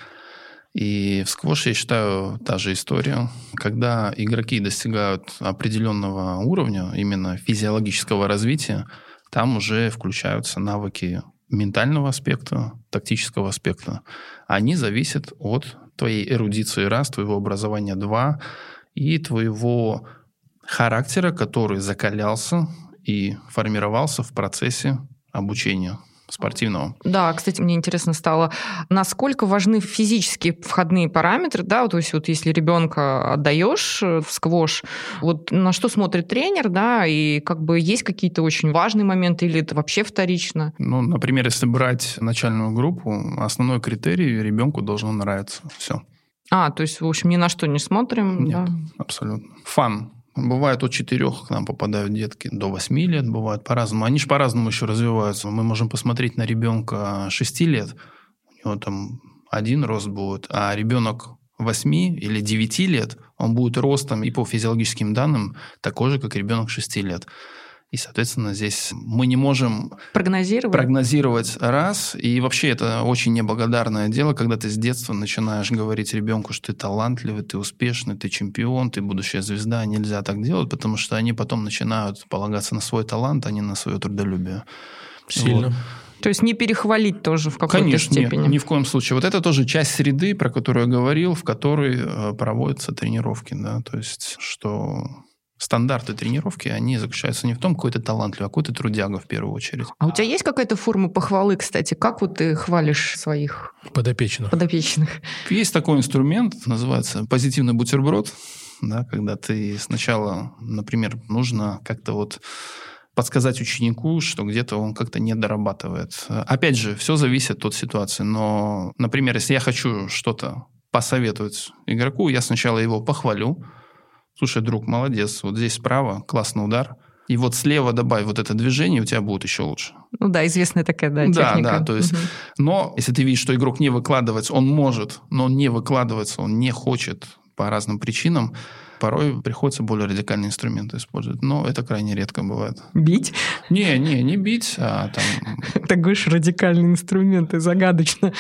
И в сквоше, я считаю, та же история. Когда игроки достигают определенного уровня, именно физиологического развития, там уже включаются навыки ментального аспекта, тактического аспекта. Они зависят от твоей эрудиции раз, твоего образования два и твоего характера, который закалялся и формировался в процессе обучения спортивного. Да, кстати, мне интересно стало, насколько важны физические входные параметры, да, то есть вот если ребенка отдаешь в сквош, вот на что смотрит тренер, да, и как бы есть какие-то очень важные моменты или это вообще вторично? Ну, например, если брать начальную группу, основной критерий ребенку должно нравиться. Все. А, то есть, в общем, ни на что не смотрим? Нет, да? абсолютно. Фан. Бывает от четырех к нам попадают детки, до восьми лет бывает по-разному. Они же по-разному еще развиваются. Мы можем посмотреть на ребенка шести лет, у него там один рост будет, а ребенок восьми или девяти лет, он будет ростом и по физиологическим данным такой же, как ребенок шести лет. И, соответственно, здесь мы не можем прогнозировать. прогнозировать раз. И вообще это очень неблагодарное дело, когда ты с детства начинаешь говорить ребенку, что ты талантливый, ты успешный, ты чемпион, ты будущая звезда. Нельзя так делать, потому что они потом начинают полагаться на свой талант, а не на свое трудолюбие. Сильно. Вот. То есть не перехвалить тоже в какой-то Конечно, степени? Нет, ни в коем случае. Вот это тоже часть среды, про которую я говорил, в которой проводятся тренировки. Да? То есть, что... Стандарты тренировки, они заключаются не в том, какой ты талантливый, а какой ты трудяга в первую очередь. А у тебя есть какая-то форма похвалы, кстати? Как вот ты хвалишь своих подопечных? подопечных? Есть такой инструмент, называется позитивный бутерброд, да, когда ты сначала, например, нужно как-то вот подсказать ученику, что где-то он как-то не дорабатывает. Опять же, все зависит от ситуации, но, например, если я хочу что-то посоветовать игроку, я сначала его похвалю. Слушай, друг, молодец, вот здесь справа классный удар. И вот слева добавь вот это движение, у тебя будет еще лучше. Ну да, известная такая, да, техника. Да, да, то есть, угу. Но если ты видишь, что игрок не выкладывается, он может, но он не выкладывается, он не хочет по разным причинам, порой приходится более радикальные инструменты использовать. Но это крайне редко бывает. Бить? Не, не, не бить, а там... Так говоришь, радикальные инструменты, загадочно.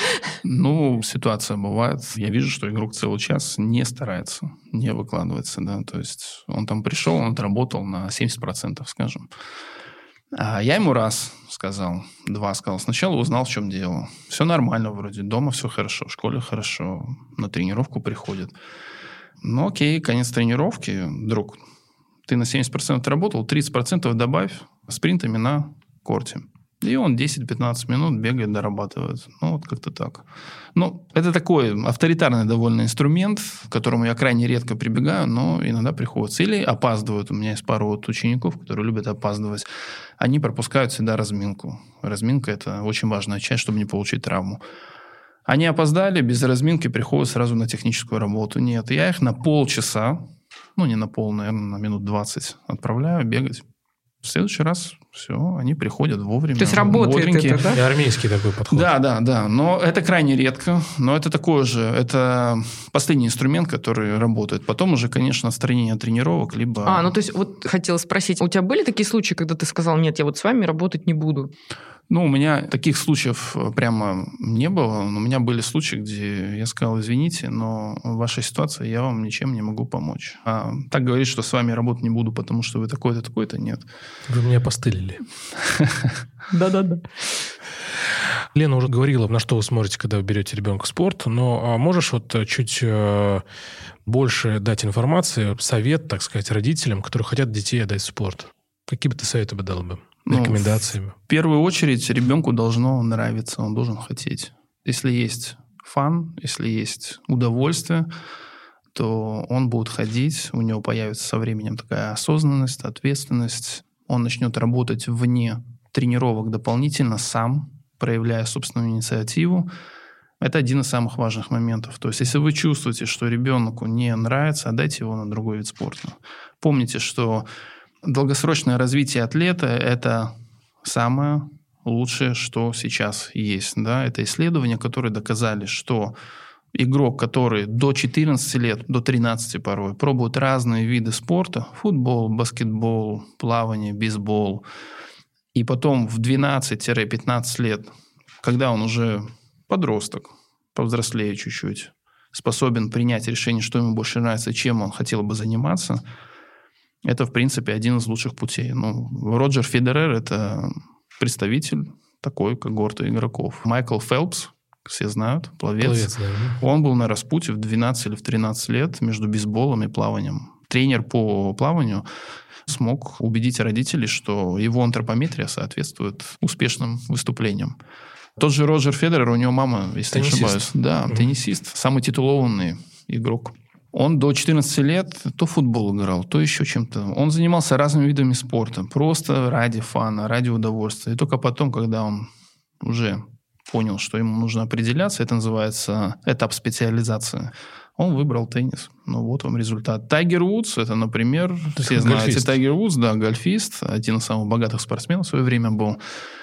Ну, ситуация бывает. Я вижу, что игрок целый час не старается, не выкладывается, да, то есть он там пришел, он отработал на семьдесят процентов, скажем. А я ему раз сказал, два сказал. Сначала узнал, в чем дело. Все нормально вроде, дома все хорошо, в школе хорошо, на тренировку приходит. Ну, окей, конец тренировки, друг. Ты на семьдесят процентов отработал, тридцать процентов добавь спринтами на корте. И он десять-пятнадцать минут бегает, дорабатывает. Ну, вот как-то так. Ну, это такой авторитарный довольно инструмент, к которому я крайне редко прибегаю, но иногда приходится. Или опаздывают. У меня есть пару вот учеников, которые любят опаздывать. Они пропускают всегда разминку. Разминка – это очень важная часть, чтобы не получить травму. Они опоздали, без разминки приходят сразу на техническую работу. Нет, я их на полчаса, ну, не на пол, наверное, на минут двадцать отправляю бегать. В следующий раз все, они приходят вовремя. То есть работает бодренькие. это, да? И армейский такой подход. Да, да, да. Но это крайне редко. Но это такое же. Это последний инструмент, который работает. Потом уже, конечно, отстранение от тренировок, либо... А, ну то есть вот хотела спросить, у тебя были такие случаи, когда ты сказал, нет, я вот с вами работать не буду? Ну, у меня таких случаев прямо не было. У меня были случаи, где я сказал, извините, но в вашей ситуации я вам ничем не могу помочь. А так говорить, что с вами работать не буду, потому что вы такой-то, такой-то, нет. Вы меня постылили. Да-да-да. Лена уже говорила, на что вы смотрите, когда вы берете ребенка в спорт, но можешь вот чуть больше дать информации, совет, так сказать, родителям, которые хотят детей отдать в спорт? Какие бы ты советы бы дал бы? Рекомендациями? Ну, в первую очередь ребенку должно нравиться, он должен хотеть. Если есть фан, если есть удовольствие, то он будет ходить, у него появится со временем такая осознанность, ответственность, он начнет работать вне тренировок дополнительно сам, проявляя собственную инициативу. Это один из самых важных моментов. То есть, если вы чувствуете, что ребенку не нравится, отдайте его на другой вид спорта. Помните, что долгосрочное развитие атлета – это самое лучшее, что сейчас есть. Да? Это исследования, которые доказали, что игрок, который до четырнадцати лет, до тринадцати порой, пробует разные виды спорта, футбол, баскетбол, плавание, бейсбол, и потом в двенадцать-пятнадцать лет, когда он уже подросток, повзрослее чуть-чуть, способен принять решение, что ему больше нравится, чем он хотел бы заниматься, это, в принципе, один из лучших путей. Ну, Роджер Федерер – это представитель такой когорты игроков. Майкл Фелпс, все знают, пловец. пловец да. Он был на распутье в двенадцать или в тринадцать лет между бейсболом и плаванием. Тренер по плаванию смог убедить родителей, что его антропометрия соответствует успешным выступлениям. Тот же Роджер Федерер, у него мама, если теннисист. не ошибаюсь, да, mm-hmm. теннисист, самый титулованный игрок. Он до четырнадцати лет то в футбол играл, то еще чем-то. Он занимался разными видами спорта, просто ради фана, ради удовольствия. И только потом, когда он уже понял, что ему нужно определяться, это называется этап специализации, он выбрал теннис. Ну, вот вам результат. Тайгер Вудс, это, например, это все знаете, гольфист. Тайгер Вудс, да, гольфист, один из самых богатых спортсменов в свое время был.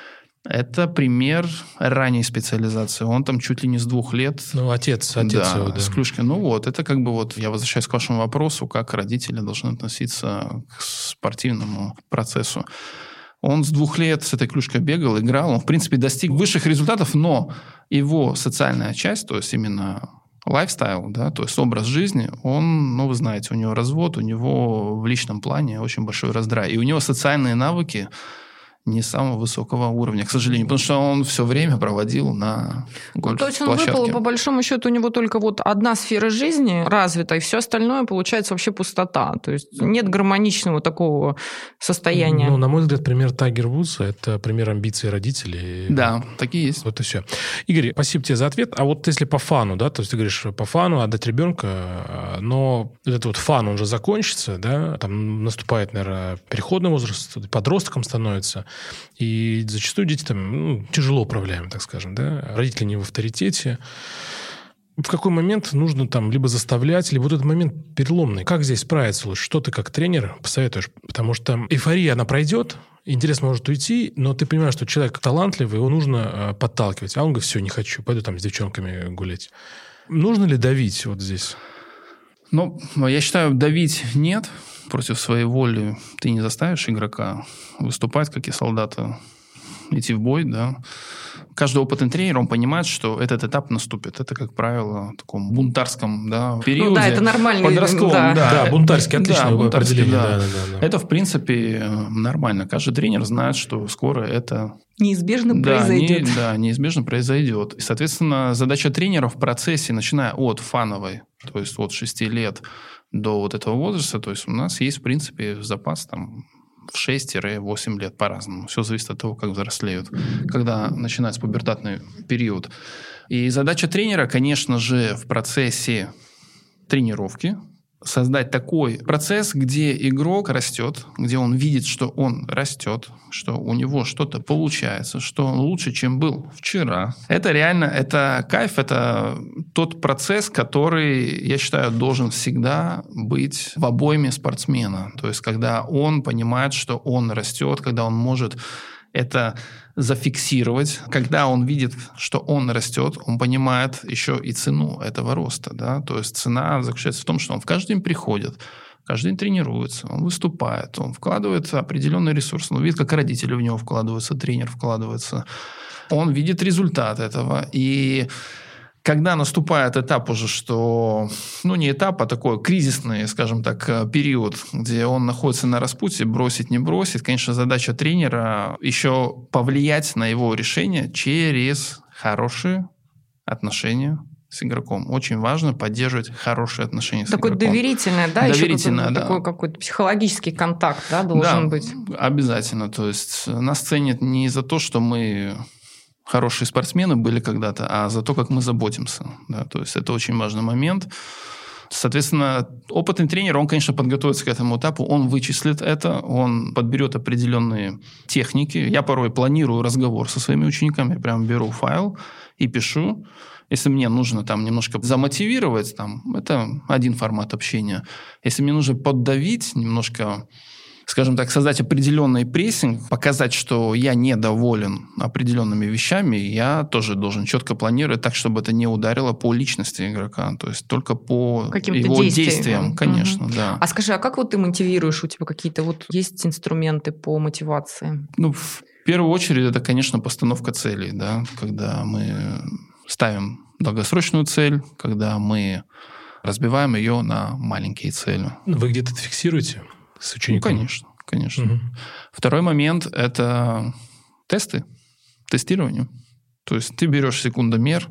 Это пример ранней специализации. Он там чуть ли не с двух лет. Ну, отец, отец да, его, да. с клюшки. Ну, вот, это как бы вот, я возвращаюсь к вашему вопросу, как родители должны относиться к спортивному процессу. Он с двух лет с этой клюшкой бегал, играл. Он, в принципе, достиг высших результатов, но его социальная часть, то есть именно лайфстайл, да, то есть образ жизни, он, ну, вы знаете, у него развод, у него в личном плане очень большой раздрай. И у него социальные навыки не самого высокого уровня, к сожалению, потому что он все время проводил на гольф-площадке. То есть он выпал, по большому счету, у него только вот одна сфера жизни развита, и все остальное получается вообще пустота. То есть нет гармоничного такого состояния. Ну, на мой взгляд, пример Тайгер Вудса – это пример амбиций родителей. Да, такие есть. Вот и все. Игорь, спасибо тебе за ответ. А вот если по фану, да, то есть ты говоришь, по фану отдать ребенка, но этот вот фан, он же закончится, да, там наступает, наверное, переходный возраст, подростком становится. И зачастую дети там ну, тяжело управляемы, так скажем, да, родители не в авторитете. В какой момент нужно там либо заставлять, либо вот этот момент переломный. Как здесь справиться лучше? Что ты как тренер посоветуешь? Потому что эйфория, она пройдет, интерес может уйти, но ты понимаешь, что человек талантливый, его нужно подталкивать. А он говорит, все, не хочу, пойду там с девчонками гулять. Нужно ли давить вот здесь? Ну, я считаю, давить нет. Против своей воли ты не заставишь игрока выступать, как и солдата, идти в бой, да. Каждый опытный тренер, он понимает, что этот этап наступит. Это, как правило, в таком бунтарском, да, периоде. Ну да, это нормально. Подростковом, да. Да, да, бунтарский, отличное да, бунтарский, определение. Да. Да, да, да. Это, в принципе, нормально. Каждый тренер знает, что скоро это... Неизбежно да, произойдет. Не, да, неизбежно произойдет. И, соответственно, задача тренера в процессе, начиная от фановой, то есть от шести лет до вот этого возраста, то есть у нас есть, в принципе, запас там в шесть-восемь лет по-разному. Все зависит от того, как взрослеют, когда начинается пубертатный период. И задача тренера, конечно же, в процессе тренировки создать такой процесс, где игрок растет, где он видит, что он растет, что у него что-то получается, что он лучше, чем был вчера. Это реально, это кайф, это тот процесс, который, я считаю, должен всегда быть в обойме спортсмена. То есть, когда он понимает, что он растет, когда он может это зафиксировать. Когда он видит, что он растет, он понимает еще и цену этого роста. Да? То есть цена заключается в том, что он в каждый день приходит, каждый день тренируется, он выступает, он вкладывает определенный ресурс. Он видит, как родители в него вкладываются, тренер вкладывается. Он видит результат этого. И когда наступает этап уже, что, ну, не этап, а такой кризисный, скажем так, период, где он находится на распутье, бросить, не бросить, конечно, задача тренера еще повлиять на его решение через хорошие отношения с игроком. Очень важно поддерживать хорошие отношения с такое игроком. Доверительное, да? Доверительное, еще да. Такой какой-то психологический контакт, да, должен да, быть. Обязательно. То есть нас ценят не за то, что мы хорошие спортсмены были когда-то, а за то, как мы заботимся. Да? То есть это очень важный момент. Соответственно, опытный тренер, он, конечно, подготовится к этому этапу, он вычислит это, он подберет определенные техники. Я порой планирую разговор со своими учениками, я прям беру файл и пишу. Если мне нужно там немножко замотивировать, там, это один формат общения. Если мне нужно поддавить, немножко скажем так, создать определенный прессинг, показать, что я недоволен определенными вещами, я тоже должен четко планировать так, чтобы это не ударило по личности игрока, то есть только по Каким-то его действиям. действиям, конечно, Угу. да. А скажи, а как вот ты мотивируешь? У тебя какие-то вот есть инструменты по мотивации? Ну, в первую очередь, это, конечно, постановка целей, да, когда мы ставим долгосрочную цель, когда мы разбиваем ее на маленькие цели. Вы где-то это фиксируете с Ну, учеником? конечно, конечно. Угу. Второй момент – это тесты, тестирование. То есть ты берешь секундомер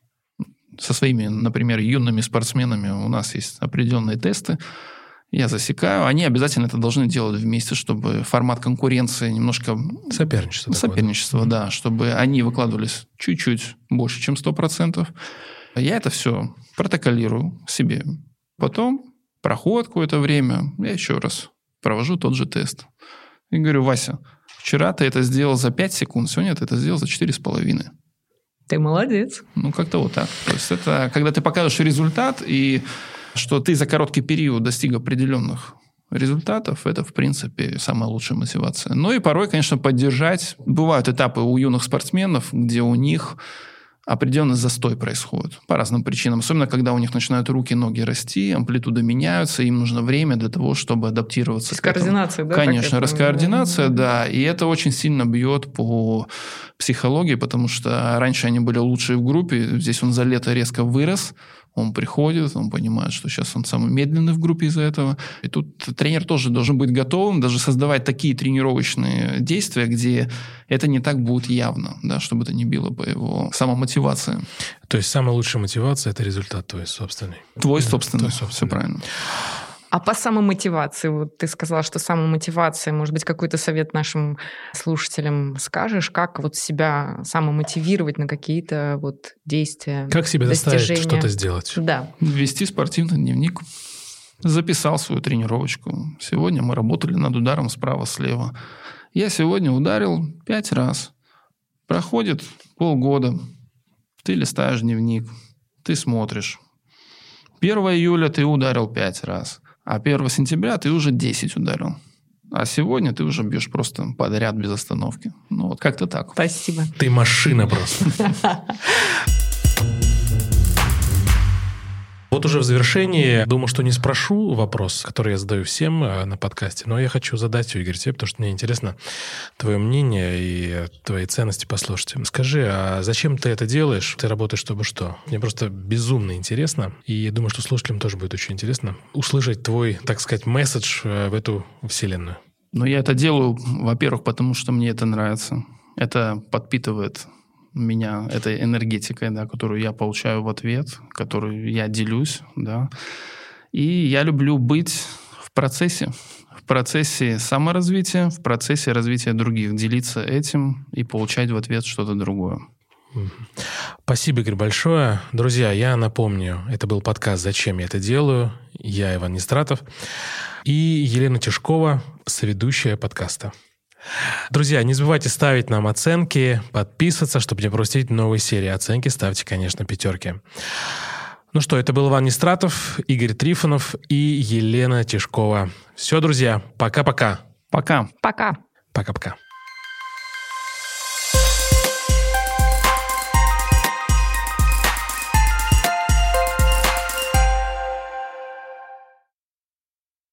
со своими, например, юными спортсменами. У нас есть определенные тесты. Я засекаю. Они обязательно это должны делать вместе, чтобы формат конкуренции немножко... Соперничество. Соперничество, такое, да. да. Чтобы они выкладывались чуть-чуть больше, чем сто процентов. Я это все протоколирую себе. Потом проходит какое-то время, я еще раз провожу тот же тест. И говорю: Вася, вчера ты это сделал за пять секунд, сегодня ты это сделал за четыре с половиной. Ты молодец. Ну, как-то вот так. То есть это когда ты показываешь результат, и что ты за короткий период достиг определенных результатов, это, в принципе, самая лучшая мотивация. Ну и порой, конечно, поддержать. Бывают этапы у юных спортсменов, где у них определенный застой происходит по разным причинам. Особенно, когда у них начинают руки, ноги расти, амплитуды меняются, им нужно время для того, чтобы адаптироваться. Раскоординация, да? Конечно, раскоординация, да. И это очень сильно бьет по психологии, потому что раньше они были лучшие в группе, здесь он за лето резко вырос, он приходит, он понимает, что сейчас он самый медленный в группе из-за этого. И тут тренер тоже должен быть готовым, даже создавать такие тренировочные действия, где это не так будет явно, да, чтобы это не било по его самомотивации. То есть самая лучшая мотивация – это результат твой собственный. Твой собственный, Твой собственный. все правильно. А по самомотивации, вот ты сказала, что самомотивация, может быть, какой-то совет нашим слушателям скажешь, как вот себя самомотивировать на какие-то вот действия, Как себя заставить достижения? что-то сделать? Да. Вести спортивный дневник. Записал свою тренировочку. Сегодня мы работали над ударом справа-слева. Я сегодня ударил пять раз. Проходит полгода. Ты листаешь дневник, ты смотришь. первого июля ты ударил пять раз. А первого сентября ты уже десять ударил. А сегодня ты уже бьешь просто подряд без остановки. Ну, вот как-то так. Спасибо. Ты машина просто. Вот уже в завершении, думаю, что не спрошу вопрос, который я задаю всем на подкасте, но я хочу задать, Игорь, тебе, потому что мне интересно твое мнение и твои ценности послушать. Скажи, а зачем ты это делаешь? Ты работаешь, чтобы что? Мне просто безумно интересно, и я думаю, что слушателям тоже будет очень интересно услышать твой, так сказать, месседж в эту вселенную. Ну, я это делаю, во-первых, потому что мне это нравится. Это подпитывает меня этой энергетикой, да, которую я получаю в ответ, которую я делюсь, да. И я люблю быть в процессе, в процессе саморазвития, в процессе развития других, делиться этим и получать в ответ что-то другое. Спасибо, Игорь, большое. Друзья, я напомню, это был подкаст «Зачем я это делаю?». Я Иван Нестратов и Елена Тишкова, соведущая подкаста. Друзья, не забывайте ставить нам оценки, подписываться, чтобы не пропустить новые серии. Оценки ставьте, конечно, пятерки. Ну что, это был Иван Нестратов, Игорь Трифонов и Елена Тишкова. Все, друзья, пока-пока. Пока. Пока. Пока-пока.